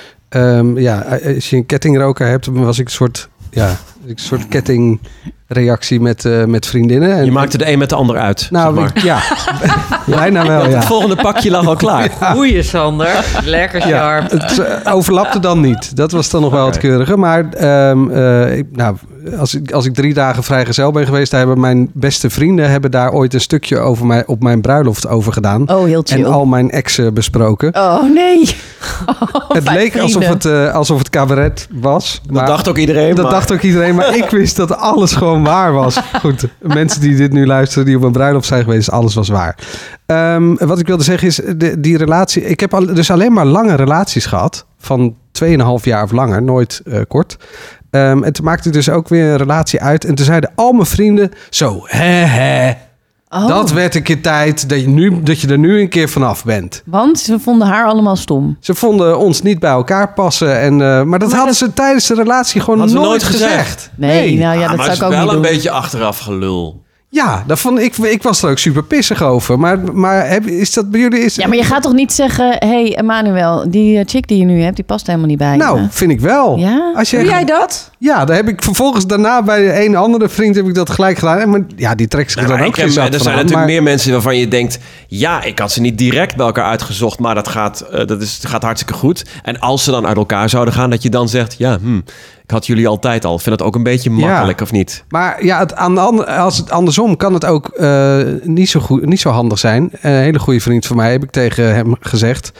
Um, ja, als je een kettingroker hebt, dan was ik een soort... Ja, een soort kettingreactie met, uh, met vriendinnen. En, Je maakte de een met de ander uit. Nou, zeg maar. ik- ja. Bijna wel, Want ja. het volgende pakje lag al klaar. Goeie Sander. Lekker sharp. Het uh, overlapte dan niet. Dat was dan nog wel het keurige. Maar um, uh, ik, nou, als, ik, als ik drie dagen vrijgezel ben geweest... daar hebben mijn beste vrienden hebben daar ooit een stukje over mij, op mijn bruiloft over gedaan. Oh, heel chill. En al mijn exen besproken. Oh, nee. Oh, Het fijn leek alsof vrienden. het, uh, alsof het cabaret was. Dat dacht ook iedereen. Dat maar- dacht ook iedereen, maar ik wist dat alles gewoon waar was. Goed, mensen die dit nu luisteren, die op een bruiloft zijn geweest, alles was waar. Um, wat ik wilde zeggen is, de, die relatie... Ik heb al, dus alleen maar lange relaties gehad, van tweeënhalf jaar of langer, nooit uh, kort. Um, en toen maakte ik dus ook weer een relatie uit. En toen zeiden al mijn vrienden, zo, hè, hè. Oh, Dat werd een keer tijd dat je, nu, dat je er nu een keer vanaf bent. want ze vonden haar allemaal stom. Ze vonden ons niet bij elkaar passen. En, uh, maar dat hadden ze tijdens de relatie gewoon Hadden ze nooit nooit gezegd. gezegd. Nee, nou ja, Ah, dat maar zou het ik is ook wel niet een doen. beetje achteraf gelul. Ja, dat vond ik, ik was er ook super pissig over. Maar, maar heb, is dat bij jullie... Is, Ja, maar je gaat toch niet zeggen... Hé, hey, Emmanuel, die uh, chick die je nu hebt, die past helemaal niet bij je. Nou, vind ik wel. Ja? Als je, Doe jij dat? Ja, daar heb ik vervolgens daarna bij een andere vriend heb ik dat gelijk gedaan. En maar, ja, die trekt zich Nou, dan maar ook ik geen heb, zak er van zijn aan, natuurlijk maar- meer mensen waarvan je denkt... ja, ik had ze niet direct bij elkaar uitgezocht... maar dat gaat, uh, dat is, gaat hartstikke goed. En als ze dan uit elkaar zouden gaan... dat je dan zegt, ja, hm, ik had jullie altijd al. Ik vind dat ook een beetje makkelijk, Ja. of niet? Maar ja, het, aan de andere, als het andersom kan het ook uh, niet, zo goed, niet zo handig zijn. Een hele goede vriend van mij heb ik tegen hem gezegd...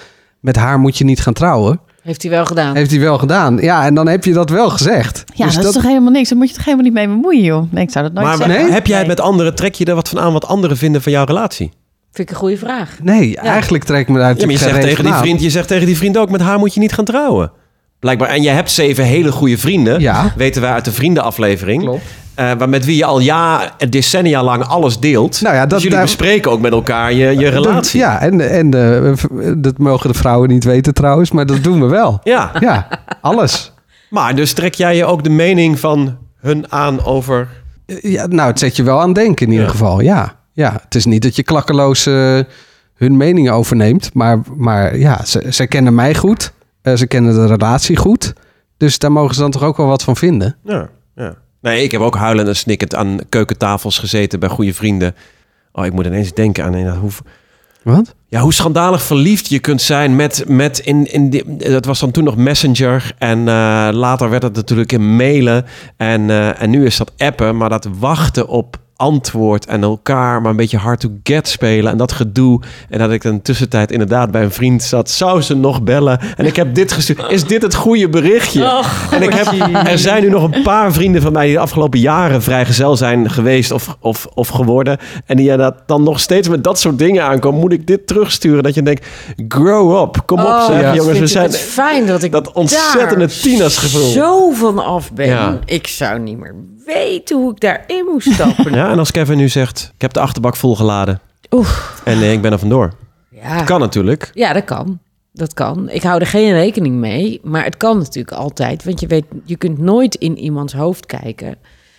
met haar moet je niet gaan trouwen. Heeft hij wel gedaan. Heeft hij wel gedaan. Ja, en dan heb je dat wel gezegd. Ja, dus dat, dat is toch helemaal niks. Dan moet je toch helemaal niet mee bemoeien, joh. Nee, ik zou dat nooit Maar zeggen. nee? heb jij het met anderen, trek je er wat van aan wat anderen vinden van jouw relatie? Vind ik een goede vraag. Nee, eigenlijk trek ik me daar Ja, maar je natuurlijk zegt, geen tegen die reden vriend, je zegt tegen die vriend ook, met haar moet je niet gaan trouwen. Blijkbaar. En jij hebt zeven hele goede vrienden. Ja. Weten wij uit de vriendenaflevering. Klopt. Uh, waar met wie je al ja, decennia lang alles deelt. Nou ja, dat- dus jullie daar- bespreken ook met elkaar je, je aan. relatie. Ja, en, en de, dat mogen de vrouwen niet weten trouwens, maar dat doen we wel. Ja. Ja, alles. Maar dus trek jij je ook de mening van hun aan over... Ja, nou, het zet je wel aan denken in ieder Ja. geval, ja. Ja, het is niet dat je klakkeloos uh, hun meningen overneemt, maar, maar ja, ze, ze kennen mij goed. Uh, ze kennen de relatie goed. Dus daar mogen ze dan toch ook wel wat van vinden. Ja, ja. Nee, ik heb ook huilend en snikkend aan keukentafels gezeten bij goede vrienden. Oh, ik moet ineens denken aan een, hoe, Wat? ja, hoe schandalig verliefd je kunt zijn met, met in, in die, dat was dan toen nog Messenger en uh, later werd het natuurlijk in mailen en, uh, en nu is dat appen, maar dat wachten op antwoord en elkaar maar een beetje hard to get spelen en dat gedoe. En dat ik in de tussentijd inderdaad bij een vriend zat. Zou ze nog bellen? En ik heb dit gestuurd. Is dit het goede berichtje? Oh, en ik heb, er zijn nu nog een paar vrienden van mij die de afgelopen jaren vrijgezel zijn geweest of, of, of geworden. En die dat dan nog steeds met dat soort dingen aankomen. Moet ik dit terugsturen? Dat je denkt, grow up. Kom op, Oh, zeg, ja. jongens. We Ik zijn vind het fijn dat ik dat ontzettende daar tienersgevoel. zo van af ben. Ja. Ik zou niet meer weten hoe ik daarin moest stappen. Ja, en als Kevin nu zegt, ik heb de achterbak volgeladen. Oef. En eh, ik ben er vandoor. Ja. Kan natuurlijk. Ja, dat kan. Dat kan. Ik hou er geen rekening mee. Maar het kan natuurlijk altijd. Want je weet, je kunt nooit in iemands hoofd kijken.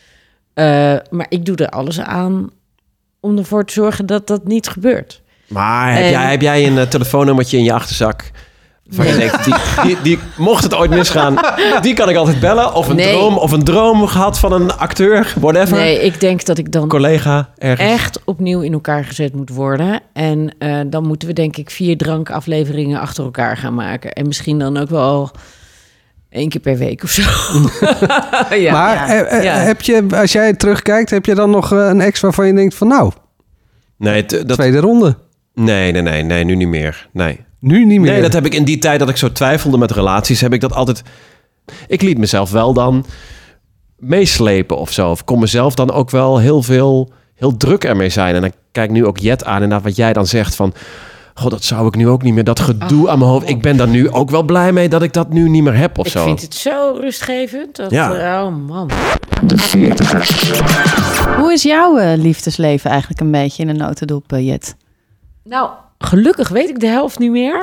Uh, maar ik doe er alles aan om ervoor te zorgen dat dat niet gebeurt. Maar heb, En- jij, heb jij een uh, telefoonnummertje in je achterzak? Waar je denkt, die, die, die, mocht het ooit misgaan, die kan ik altijd bellen. Of een Nee. droom, of een droom gehad van een acteur, whatever. Nee, ik denk dat ik dan Collega, ergens. echt opnieuw in elkaar gezet moet worden. En uh, dan moeten we denk ik vier drankafleveringen achter elkaar gaan maken. En misschien dan ook wel één keer per week of zo. ja. maar ja. eh, eh, Ja. heb je, als jij terugkijkt, heb je dan nog eh, een ex waarvan je denkt van nou, Nee, t- dat, tweede ronde. nee, nee, nee, nee, nu niet meer. Nee. Nu niet meer. Nee, dat heb ik in die tijd dat ik zo twijfelde met relaties, heb ik dat altijd... Ik liet mezelf wel dan meeslepen of zo. Of kon mezelf dan ook wel heel veel, heel druk ermee zijn. En dan kijk ik nu ook Jet aan en dat wat jij dan zegt van... God, dat zou ik nu ook niet meer. Dat gedoe Oh, aan mijn hoofd. Ik ben daar nu ook wel blij mee dat ik dat nu niet meer heb of Ik zo. vind het zo rustgevend. Dat, Ja. Oh man. Hoe is jouw uh, liefdesleven eigenlijk een beetje in een notendop, uh, Jet? Nou, gelukkig weet ik de helft niet meer.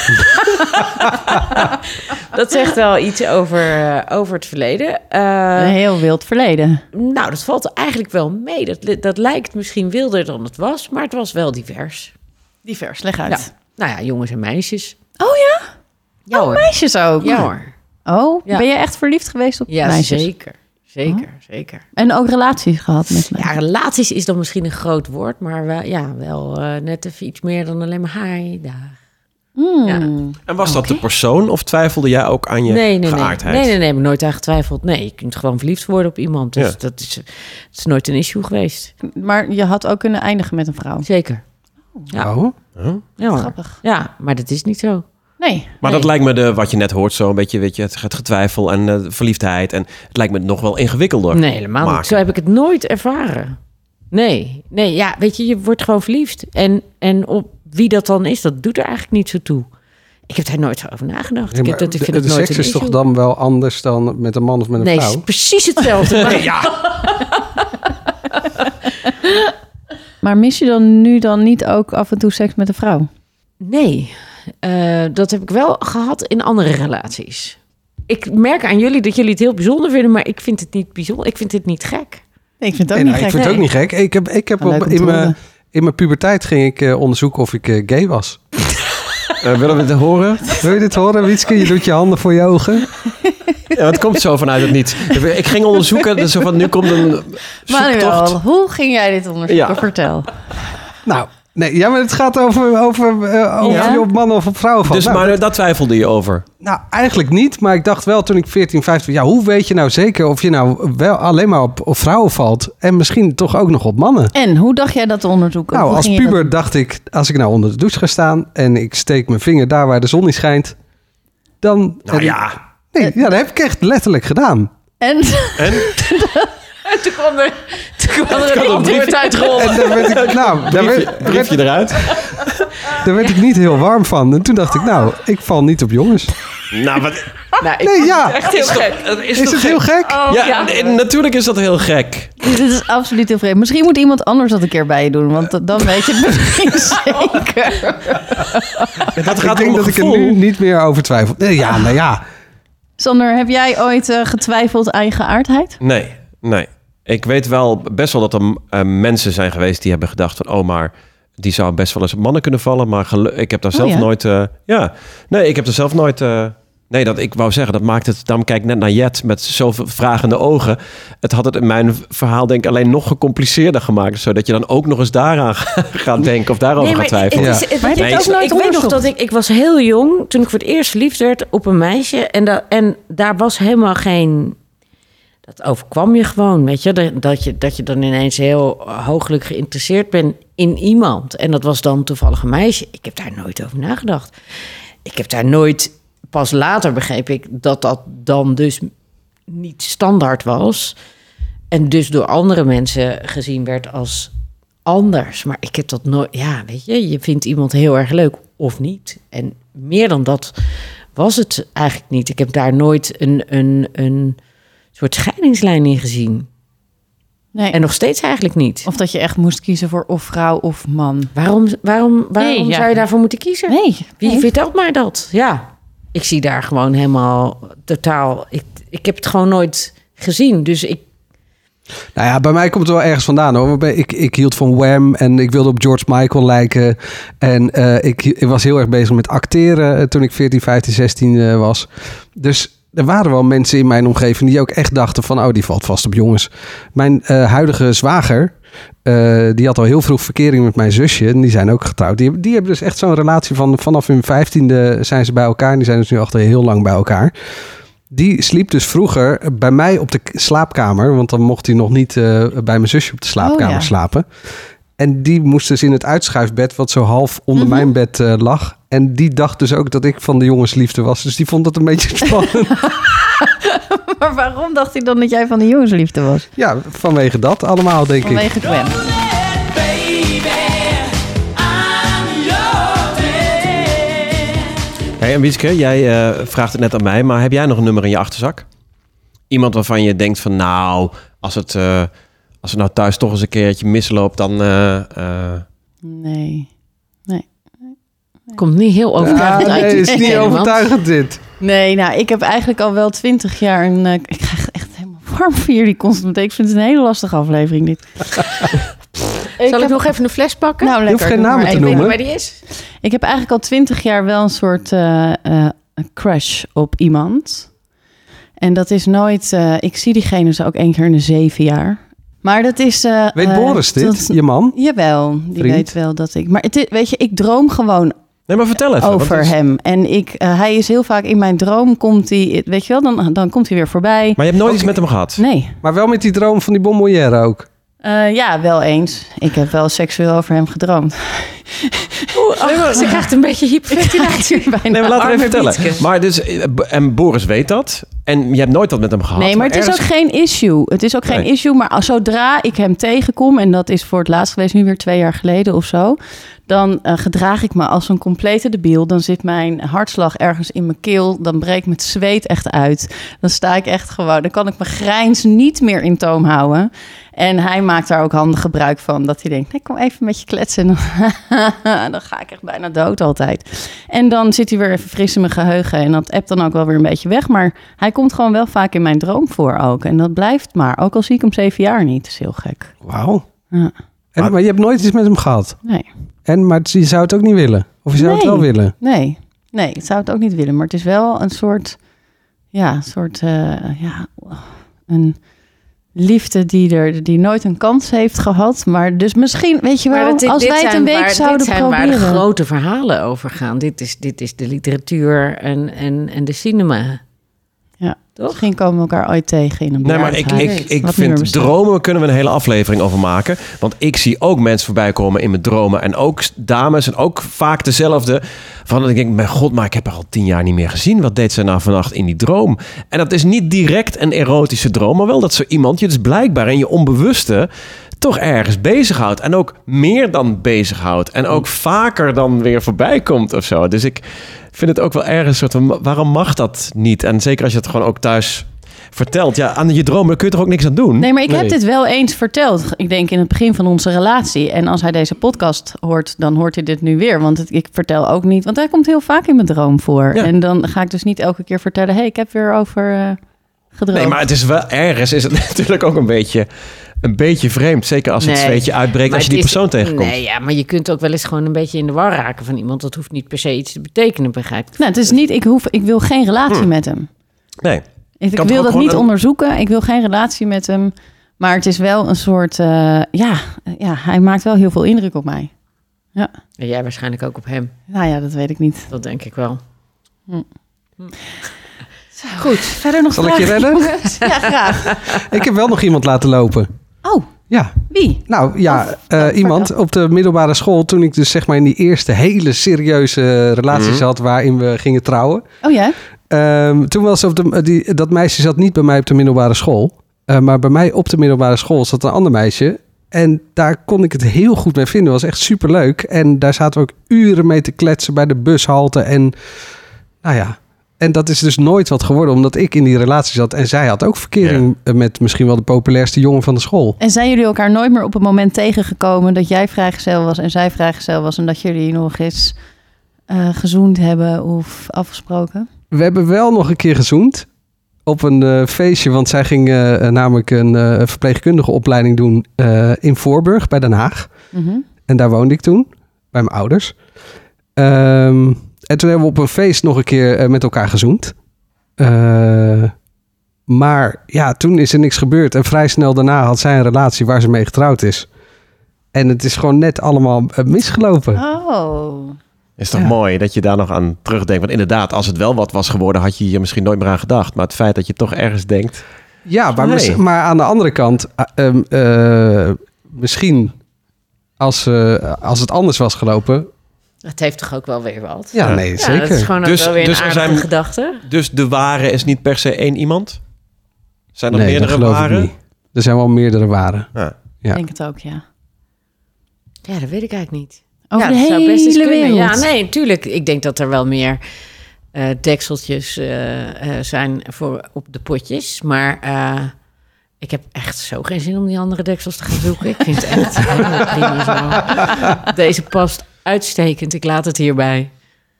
Dat zegt wel iets over, uh, over het verleden. Uh, Een heel wild verleden. Nou, dat valt eigenlijk wel mee. Dat, dat lijkt misschien wilder dan het was, maar het was wel divers. Divers, leg uit. Ja. Nou ja, jongens en meisjes. Oh ja? Ja Oh, hoor. meisjes ook? Ja hoor. Oh, Ja. ben je echt verliefd geweest op Ja, meisjes? zeker. Zeker, zeker. En ook relaties gehad met mij? Ja, relaties is dan misschien een groot woord, maar wel, ja, wel uh, net even iets meer dan alleen maar hi, dag. Hmm. Ja. En was dat de persoon of twijfelde jij ook aan je Nee, nee, nee. geaardheid? Nee, nee, nee, heb ik nooit aan getwijfeld. Nee, je kunt gewoon verliefd worden op iemand. Dus Ja. dat, is, dat is nooit een issue geweest. Maar je had ook kunnen eindigen met een vrouw? Zeker. Ja. Oh. Ja, hoor. Grappig. Ja, maar dat is niet zo. Nee. Maar Nee. dat lijkt me, de, wat je net hoort, zo een beetje weet je, het, het getwijfel en uh, verliefdheid. En het lijkt me nog wel ingewikkelder. Nee, helemaal maken. niet. Zo heb ik het nooit ervaren. Nee, nee, ja, weet je, je wordt gewoon verliefd. En, en op wie dat dan is, dat doet er eigenlijk niet zo toe. Ik heb daar nooit zo over nagedacht. Ja, ik maar heb dat, ik de vind de het nooit seks een is toch issue. dan wel anders dan met een man of met een Nee, het vrouw? is precies hetzelfde. Maar ja. Maar mis je dan nu dan niet ook af en toe seks met een vrouw? Nee, uh, dat heb ik wel gehad in andere relaties. Ik merk aan jullie dat jullie het heel bijzonder vinden, maar ik vind het niet bijzonder. Ik vind het niet gek. Nee, ik vind het ook Nee, niet nou, gek. ik vind het ook Nee. niet gek. Ik heb, ik heb Wel leuk op, om te in, mijn, horen. in mijn puberteit ging ik uh, onderzoeken of ik uh, gay was. Uh, willen we het horen? Wil je dit horen, Wietske? Je doet je handen voor je ogen. Ja, het komt zo vanuit het niet. Ik ging onderzoeken, dus zo van nu komt een Manuel, zoektocht. hoe ging jij dit onderzoeken? Ja. Vertel. Nou, Nee, ja, maar het gaat over, over uh, of Ja? je op mannen of op vrouwen valt. Dus Nou, maar dat- daar twijfelde je over. Nou, eigenlijk niet. Maar ik dacht wel toen ik veertien, vijftien... Ja, hoe weet je nou zeker of je nou wel alleen maar op, op vrouwen valt... en misschien toch ook nog op mannen? En hoe dacht jij dat te onderzoeken? Nou, Hoe als ging je puber dat- dacht ik... als ik nou onder de douche ga staan... en ik steek mijn vinger daar waar de zon niet schijnt... dan... Nou en- ja. Nee, ja, dat heb ik echt letterlijk gedaan. En En? En toen kwam er, toen kwam er een antwoord uitrollen. En daar werd ik, nou, daar werd, Briefje, briefje eruit. daar werd ik niet heel warm van. En toen dacht ik, nou, ik val niet op jongens. Nou, wat... Nou, ik Nee, vond ja. het echt heel gek. Is, Is het heel gek? Oh, Ja, ja. n- natuurlijk is dat heel gek. dit is absoluut heel vreemd. Misschien moet iemand anders dat een keer bij je doen. Want dan weet je het misschien zeker. Dat Ik gaat denk om dat een ik er gevoel. nu niet meer over twijfel. Nee, ja, nou ja. Sander, heb jij ooit uh, getwijfeld aan je geaardheid? Nee, nee. Ik weet wel best wel dat er uh, mensen zijn geweest die hebben gedacht van... oh, maar die zou best wel eens op mannen kunnen vallen. Maar gelu- ik heb daar zelf ja? nooit... Uh, ja, nee, ik heb er zelf nooit... Uh, nee, dat, ik wou zeggen, dat maakt het... Daarom kijk ik net naar Jet met zoveel vragende ogen. Het had het in mijn verhaal denk ik alleen nog gecompliceerder gemaakt. Zodat je dan ook nog eens daaraan gaat denken of daarover Nee, gaat maar het twijfelen. is, het, Maar heb je Nee, het ook ik, nooit ik weet nog onderzocht? dat ik... Ik was heel jong toen ik voor het eerst verliefd werd op een meisje. En, da, en daar was helemaal geen... Dat overkwam je gewoon, weet je? Dat, dat je. dat je dan ineens heel hooglijk geïnteresseerd bent in iemand. En dat was dan toevallig een meisje. Ik heb daar nooit over nagedacht. Ik heb daar nooit... Pas later begreep ik dat dat dan dus niet standaard was. En dus door andere mensen gezien werd als anders. Maar ik heb dat nooit... Ja, weet je, je vindt iemand heel erg leuk of niet. En meer dan dat was het eigenlijk niet. Ik heb daar nooit een... een, een soort scheidingslijn in gezien. Nee. En nog steeds eigenlijk niet. Of dat je echt moest kiezen voor of vrouw of man. Waarom, waarom, waarom Nee, ja. zou je daarvoor moeten kiezen? Nee. Wie nee. vertelt mij dat? Ja, ik zie daar gewoon helemaal totaal... Ik, ik heb het gewoon nooit gezien. Dus ik... Nou ja, bij mij komt het wel ergens vandaan hoor. Ik, ik hield van Wham en ik wilde op George Michael lijken. En uh, ik, ik was heel erg bezig met acteren uh, toen ik veertien, vijftien, zestien uh, was. Dus er waren wel mensen in mijn omgeving die ook echt dachten van... oh, die valt vast op jongens. Mijn uh, huidige zwager, uh, die had al heel vroeg verkering met mijn zusje. En die zijn ook getrouwd. Die, die hebben dus echt zo'n relatie van vanaf hun vijftiende zijn ze bij elkaar. En die zijn dus nu achter heel lang bij elkaar. Die sliep dus vroeger bij mij op de slaapkamer. Want dan mocht hij nog niet uh, bij mijn zusje op de slaapkamer Oh, ja. slapen. En die moest dus in het uitschuifbed, wat zo half onder Mhm. mijn bed uh, lag. En die dacht dus ook dat ik van de jongensliefde was. Dus die vond dat een beetje spannend. Maar waarom dacht hij dan dat jij van de jongensliefde was? Ja, vanwege dat allemaal, denk ik. Vanwege Gwen. Hey, en Wieske, jij uh, vraagt het net aan mij, maar heb jij nog een nummer in je achterzak? Iemand waarvan je denkt van, nou, als het, uh, als het nou thuis toch eens een keertje misloopt, dan... Uh, uh... Nee. Komt niet heel overtuigend Ja, uit. nee, het is niet Nee, want- overtuigend dit. Nee, nou, ik heb eigenlijk al wel twintig jaar een... Uh, ik krijg echt helemaal warm voor jullie constant. Ik vind het een hele lastige aflevering dit. Zal ik heb- nog even een fles pakken? Nou, Je lekker. hoeft geen doe namen maar. te Ik weet noemen. Waar die is? Ik heb eigenlijk al twintig jaar wel een soort uh, uh, een crush op iemand. En dat is nooit... Uh, ik zie diegene zo ook één keer in de zeven jaar. Maar dat is... Uh, Weet uh, Boris dit, dat- je man? Jawel, die Vriend? weet wel dat ik... Maar het is, weet je, ik droom gewoon Nee, maar vertel even. over want het is- hem. En ik, uh, hij is heel vaak in mijn droom, komt hij... Weet je wel, dan, dan komt hij weer voorbij. Maar je hebt nooit iets met hem gehad? Nee. Maar wel met die droom van die bonbonnière ook. Uh, ja, wel eens. Ik heb wel seksueel over hem gedroomd. Oh, ze krijgt een beetje hyperventilatie. Nee, maar laten we Arme even vertellen. Wietke. Maar dus, eh, B- en Boris weet dat. En je hebt nooit wat met hem gehad. Nee, maar het is ook ergens- geen issue. Het is ook geen Nee. issue, maar als, zodra ik hem tegenkom... en dat is voor het laatst geweest, nu weer twee jaar geleden of zo... dan uh, gedraag ik me als een complete debiel. Dan zit mijn hartslag ergens in mijn keel. Dan breekt mijn zweet echt uit. Dan sta ik echt gewoon... dan kan ik mijn grijns niet meer in toom houden. En hij maakt daar ook handig gebruik van. Dat hij denkt, nee, kom even met je kletsen. En dan, dan ga ik echt bijna dood altijd. En dan zit hij weer even fris in mijn geheugen. En dat appt dan ook wel weer een beetje weg. Maar hij komt gewoon wel vaak in mijn droom voor ook. En dat blijft maar. Ook al zie ik hem zeven jaar niet. Dat is heel gek. Wauw. Ja. En, maar je hebt nooit iets met hem gehad? Nee. En, maar je zou het ook niet willen? Of je zou het Nee. wel willen? Nee. Nee, ik zou het ook niet willen. Maar het is wel een soort... Ja, een soort... uh, ja, een liefde die er die nooit een kans heeft gehad. Maar dus misschien, weet je wel, Maar dat- als dit wij het zijn een week waar, zouden dit zijn proberen. waar de grote verhalen over gaan. Dit is, dit is de literatuur en, en, en de cinema. Ja, toch? Misschien komen we elkaar ooit tegen in een Nee, maar ik, bejaardentehuis. ik, ik Wat niet meer vind bestaat. dromen kunnen we een hele aflevering over maken. Want ik zie ook mensen voorbij komen in mijn dromen. En ook dames en ook vaak dezelfde. Van dat ik denk, mijn god, maar ik heb haar al tien jaar niet meer gezien. Wat deed ze nou vannacht in die droom? En dat is niet direct een erotische droom. Maar wel dat zo iemand je dus blijkbaar in je onbewuste toch ergens bezighoudt. En ook meer dan bezighoudt. En ook vaker dan weer voorbij komt of zo. Dus ik vind het ook wel ergens soort van, waarom mag dat niet? En zeker als je het gewoon ook thuis vertelt. Ja, aan je dromen kun je er ook niks aan doen. Nee, maar ik Nee. heb dit wel eens verteld. Ik denk in het begin van onze relatie. En als hij deze podcast hoort, dan hoort hij dit nu weer. Want het, ik vertel ook niet... Want hij komt heel vaak in mijn droom voor. Ja. En dan ga ik dus niet elke keer vertellen... hey, ik heb weer over uh, gedroomd. Nee, maar het is wel ergens is het natuurlijk ook een beetje, een beetje vreemd. Zeker als het Nee, zweetje uitbreekt maar als je die het is- persoon tegenkomt. Nee, ja, maar je kunt ook wel eens gewoon een beetje in de war raken van iemand. Dat hoeft niet per se iets te betekenen, begrijp ik. Nou, het is niet... Ik, hoef, ik wil geen relatie met hem. Nee. Ik, ik Kan wil toch dat ook niet gewoon een- onderzoeken. Ik wil geen relatie met hem. Maar het is wel een soort... uh, ja, ja, hij maakt wel heel veel indruk op mij. Ja. En jij waarschijnlijk ook op hem. Nou ja, dat weet ik niet. Dat denk ik wel. Goed, verder nog Zal ik je vragen, redden? jongens? Ja, graag. Ik heb wel nog iemand laten lopen. Oh, Ja, wie? nou ja, Of- eh, oh, iemand vertel. op de middelbare school... toen ik dus zeg maar in die eerste hele serieuze relatie Mhm. zat... waarin we gingen trouwen. Oh ja? Ehm, toen was op de, die, dat meisje zat niet bij mij op de middelbare school. Uh, maar bij mij op de middelbare school zat een ander meisje. En daar kon ik het heel goed mee vinden. Was echt superleuk. En daar zaten we ook uren mee te kletsen bij de bushalte. En nou ja, en dat is dus nooit wat geworden. Omdat ik in die relatie zat. En zij had ook verkering uh, met misschien wel de populairste jongen van de school. En zijn jullie elkaar nooit meer op een moment tegengekomen... dat jij vrijgezel was en zij vrijgezel was... en dat jullie nog eens uh, gezoend hebben of afgesproken? We hebben wel nog een keer gezoend. Op een uh, feestje. Want zij ging uh, namelijk een uh, verpleegkundige opleiding doen uh, in Voorburg bij Den Haag. Mm-hmm. En daar woonde ik toen, bij mijn ouders. Um, en toen hebben we op een feest nog een keer uh, met elkaar gezoend. Uh, maar ja, toen is er niks gebeurd. En vrij snel daarna had zij een relatie waar ze mee getrouwd is. En het is gewoon net allemaal uh, misgelopen. Oh. Is toch Ja. mooi dat je daar nog aan terugdenkt. Want inderdaad, als het wel wat was geworden... had je hier misschien nooit meer aan gedacht. Maar het feit dat je toch ergens denkt... Ja, maar, Nee. mis- maar aan de andere kant... Uh, um, uh, misschien als, uh, als het anders was gelopen... Het heeft toch ook wel weer wat? Ja, Ja. nee, Ja, zeker. dat is gewoon ook Dus- wel weer dus een er aardige zijn- gedachte. Dus de ware is niet per se één iemand? Zijn er nee, dat meerdere geloof waren? ik niet. Er zijn wel meerdere waren. Ja. Ik Ja. denk het ook, ja. Ja, dat weet ik eigenlijk niet. Over ja, de dat zou hele best eens kunnen. wereld. Ja, nee, natuurlijk. Ik denk dat er wel meer eh, dekseltjes eh, eh, zijn voor op de potjes. Maar eh, ik heb echt zo geen zin om die andere deksels te gaan zoeken. Ik vind het echt helemaal prima zo. Deze past uitstekend. Ik laat het hierbij.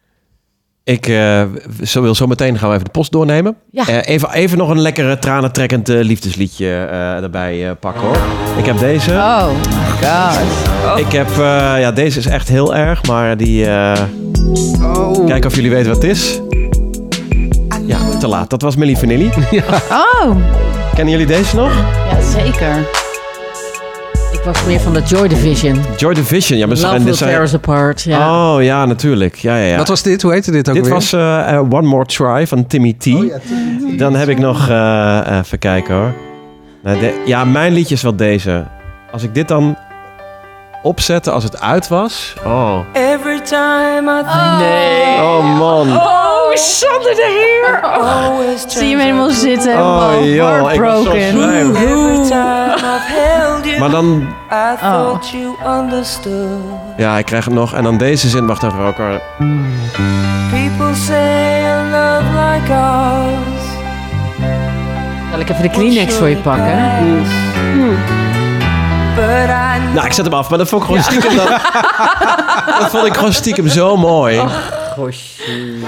Ik uh, zo wil zo meteen gaan we even de post doornemen. Ja. Uh, even, even nog een lekkere tranentrekkend uh, liefdesliedje uh, erbij uh, pakken hoor. Ik heb deze. Oh my god. Ik heb, uh, ja, deze is echt heel erg, maar die... Uh, Oh. Kijken of jullie weten wat het is. Ja, te laat. Dat was Milli Vanilli. Oh, Kennen jullie deze nog? ja zeker. Ik was meer van de Joy Division. Joy Division. Ja, maar ze- Love en Will dit zijn- Tear Us Apart. Ja. Oh ja, natuurlijk. Ja, ja, ja. Wat was dit? Hoe heette dit ook Dit weer? was uh, uh, One More Try van Timmy T. Oh, ja, Timmy T. Dan heb ik nog... Uh, even kijken hoor. Nou, de, ja, mijn liedje is wel deze. Als ik dit dan opzette als het uit was... Oh, Every time I think Nee. oh man. Oh, Sander de Heer. always Zie je hem helemaal zitten. Oh helemaal joh, ik was zo heartbroken. schrijf. Every time I've held you, Maar dan... I thought you understood. Ja, ik krijg hem nog. En dan deze zin. Wacht even ook hoor. People say a love like ours. Zal ik even de Kleenex voor je pakken? But I Nou, ik zet hem af. Maar dat vond ik gewoon stiekem... Dan, dat vond ik gewoon stiekem zo mooi. Gosje.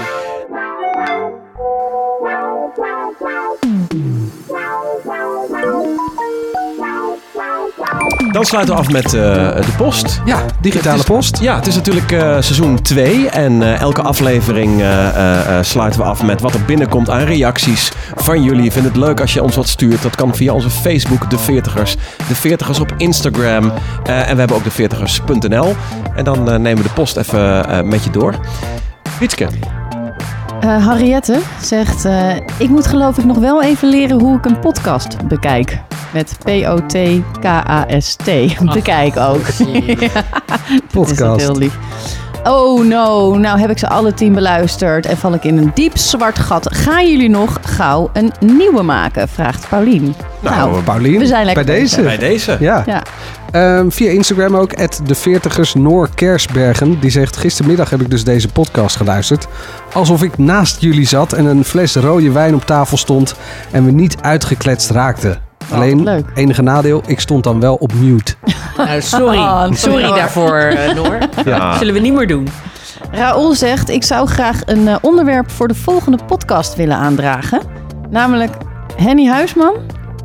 Dan sluiten we af met uh, de post. Ja, digitale is, post. Ja, het is natuurlijk uh, seizoen twee. En uh, elke aflevering uh, uh, uh, sluiten we af met wat er binnenkomt aan reacties van jullie. Vind het leuk als je ons wat stuurt. Dat kan via onze Facebook, De Veertigers. De Veertigers op Instagram. Uh, en we hebben ook de veertigers punt n l. En dan uh, nemen we de post even uh, met je door. Pietske. Uh, Henriette zegt... Uh, ik moet geloof ik nog wel even leren hoe ik een podcast bekijk. Met P O T K A S T. Ach, bekijk ook. Ja, podcast. Dat is heel lief. Oh no, nou heb ik ze alle tien beluisterd en val ik in een diep zwart gat. Gaan jullie nog gauw een nieuwe maken? Vraagt Paulien. Nou, nou Paulien, we zijn lekker bij deze. Bij deze. Ja. ja. Um, via Instagram ook, at de veertigers Noor Kersbergen. Die zegt, gistermiddag heb ik dus deze podcast geluisterd. Alsof ik naast jullie zat en een fles rode wijn op tafel stond en we niet uitgekletst raakten. Oh, alleen, leuk. Enige nadeel, ik stond dan wel op mute. Nou, sorry. Oh, sorry daarvoor, uh, Noor. Ja. Zullen we niet meer doen. Raoul zegt, ik zou graag een uh, onderwerp voor de volgende podcast willen aandragen. Namelijk Henny Huisman.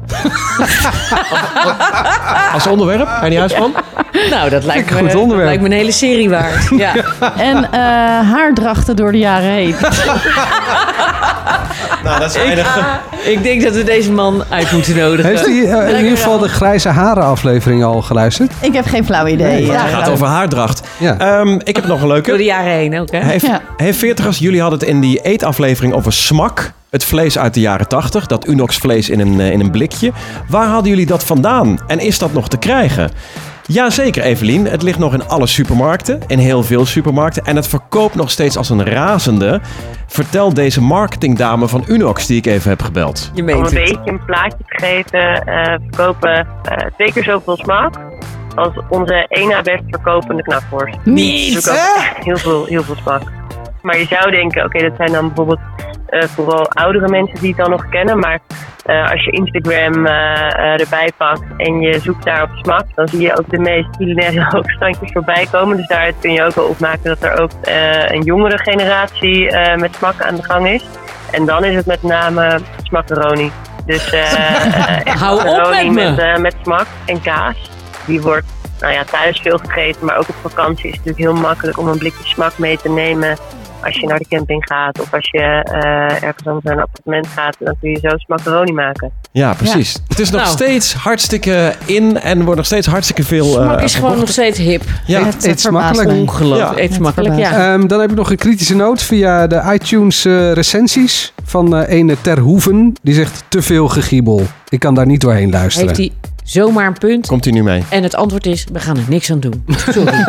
Als onderwerp, Henny Huisman? Ja. Nou, dat lijkt, me, dat lijkt me een hele serie waard. Ja. En uh, haardrachten door de jaren heen. Nou, dat is ik, ik denk dat we deze man uit moeten nodigen. Heeft hij uh, in ieder geval de grijze haren aflevering al geluisterd? Ik heb geen flauw idee. Nee, ja, het gaat over haardracht. Ja. Um, ik heb nog een leuke. Door de jaren heen ook, hè? Heeft, ja. heeft veertigers, jullie hadden het in die eetaflevering over smak. Het vlees uit de jaren tachtig, dat Unox vlees in een, in een blikje. Waar hadden jullie dat vandaan? En is dat nog te krijgen? Jazeker, Evelien. Het ligt nog in alle supermarkten, in heel veel supermarkten. En het verkoopt nog steeds als een razende. Vertel deze marketingdame van Unox die ik even heb gebeld. Je meent Om een het. beetje een plaatje te geven, uh, verkopen uh, twee keer zoveel smaak als onze één na best verkopende knakworst. Niet! Dus heel veel, heel veel smaak. Maar je zou denken, oké, okay, dat zijn dan bijvoorbeeld uh, vooral oudere mensen die het dan nog kennen. Maar uh, als je Instagram uh, uh, erbij pakt en je zoekt daar op smaak, dan zie je ook de meest culinaire hoogstandjes voorbij komen. Dus daaruit kun je ook wel opmaken dat er ook uh, een jongere generatie uh, met smaak aan de gang is. En dan is het met name smacaroni. Dus uh, uh, hou op met me! Met, uh, met smaak en kaas. Die wordt nou ja, thuis veel gegeten, maar ook op vakantie is het natuurlijk heel makkelijk om een blikje smaak mee te nemen. Als je naar de camping gaat of als je uh, ergens anders naar een appartement gaat, dan kun je zo macaroni maken. Ja, precies. Ja. Het is nog nou. steeds hartstikke in en wordt nog steeds hartstikke veel... Smak uh, is gewoon nog steeds hip. Ja, het eet smakkelijk. Ongelooflijk. Ja. Eet smakkelijk, ja. Um, dan heb ik nog een kritische noot via de iTunes uh, recensies van uh, ene Ter Hoeven. Die zegt te veel gegiebel. Ik kan daar niet doorheen luisteren. Heeft hij zomaar een punt? Komt hij nu mee? En het antwoord is, we gaan er niks aan doen. Sorry.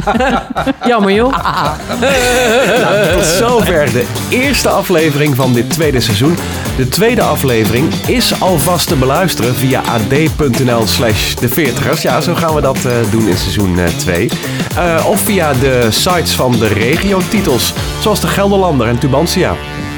Jammer, joh. Ah. Nou, tot zover de eerste aflevering van dit tweede seizoen. De tweede aflevering is alvast te beluisteren via ad.nl slash de veertigers. Ja, zo gaan we dat uh, doen in seizoen twee. Uh, of via de sites van de regiotitels, zoals de Gelderlander en Tubantia.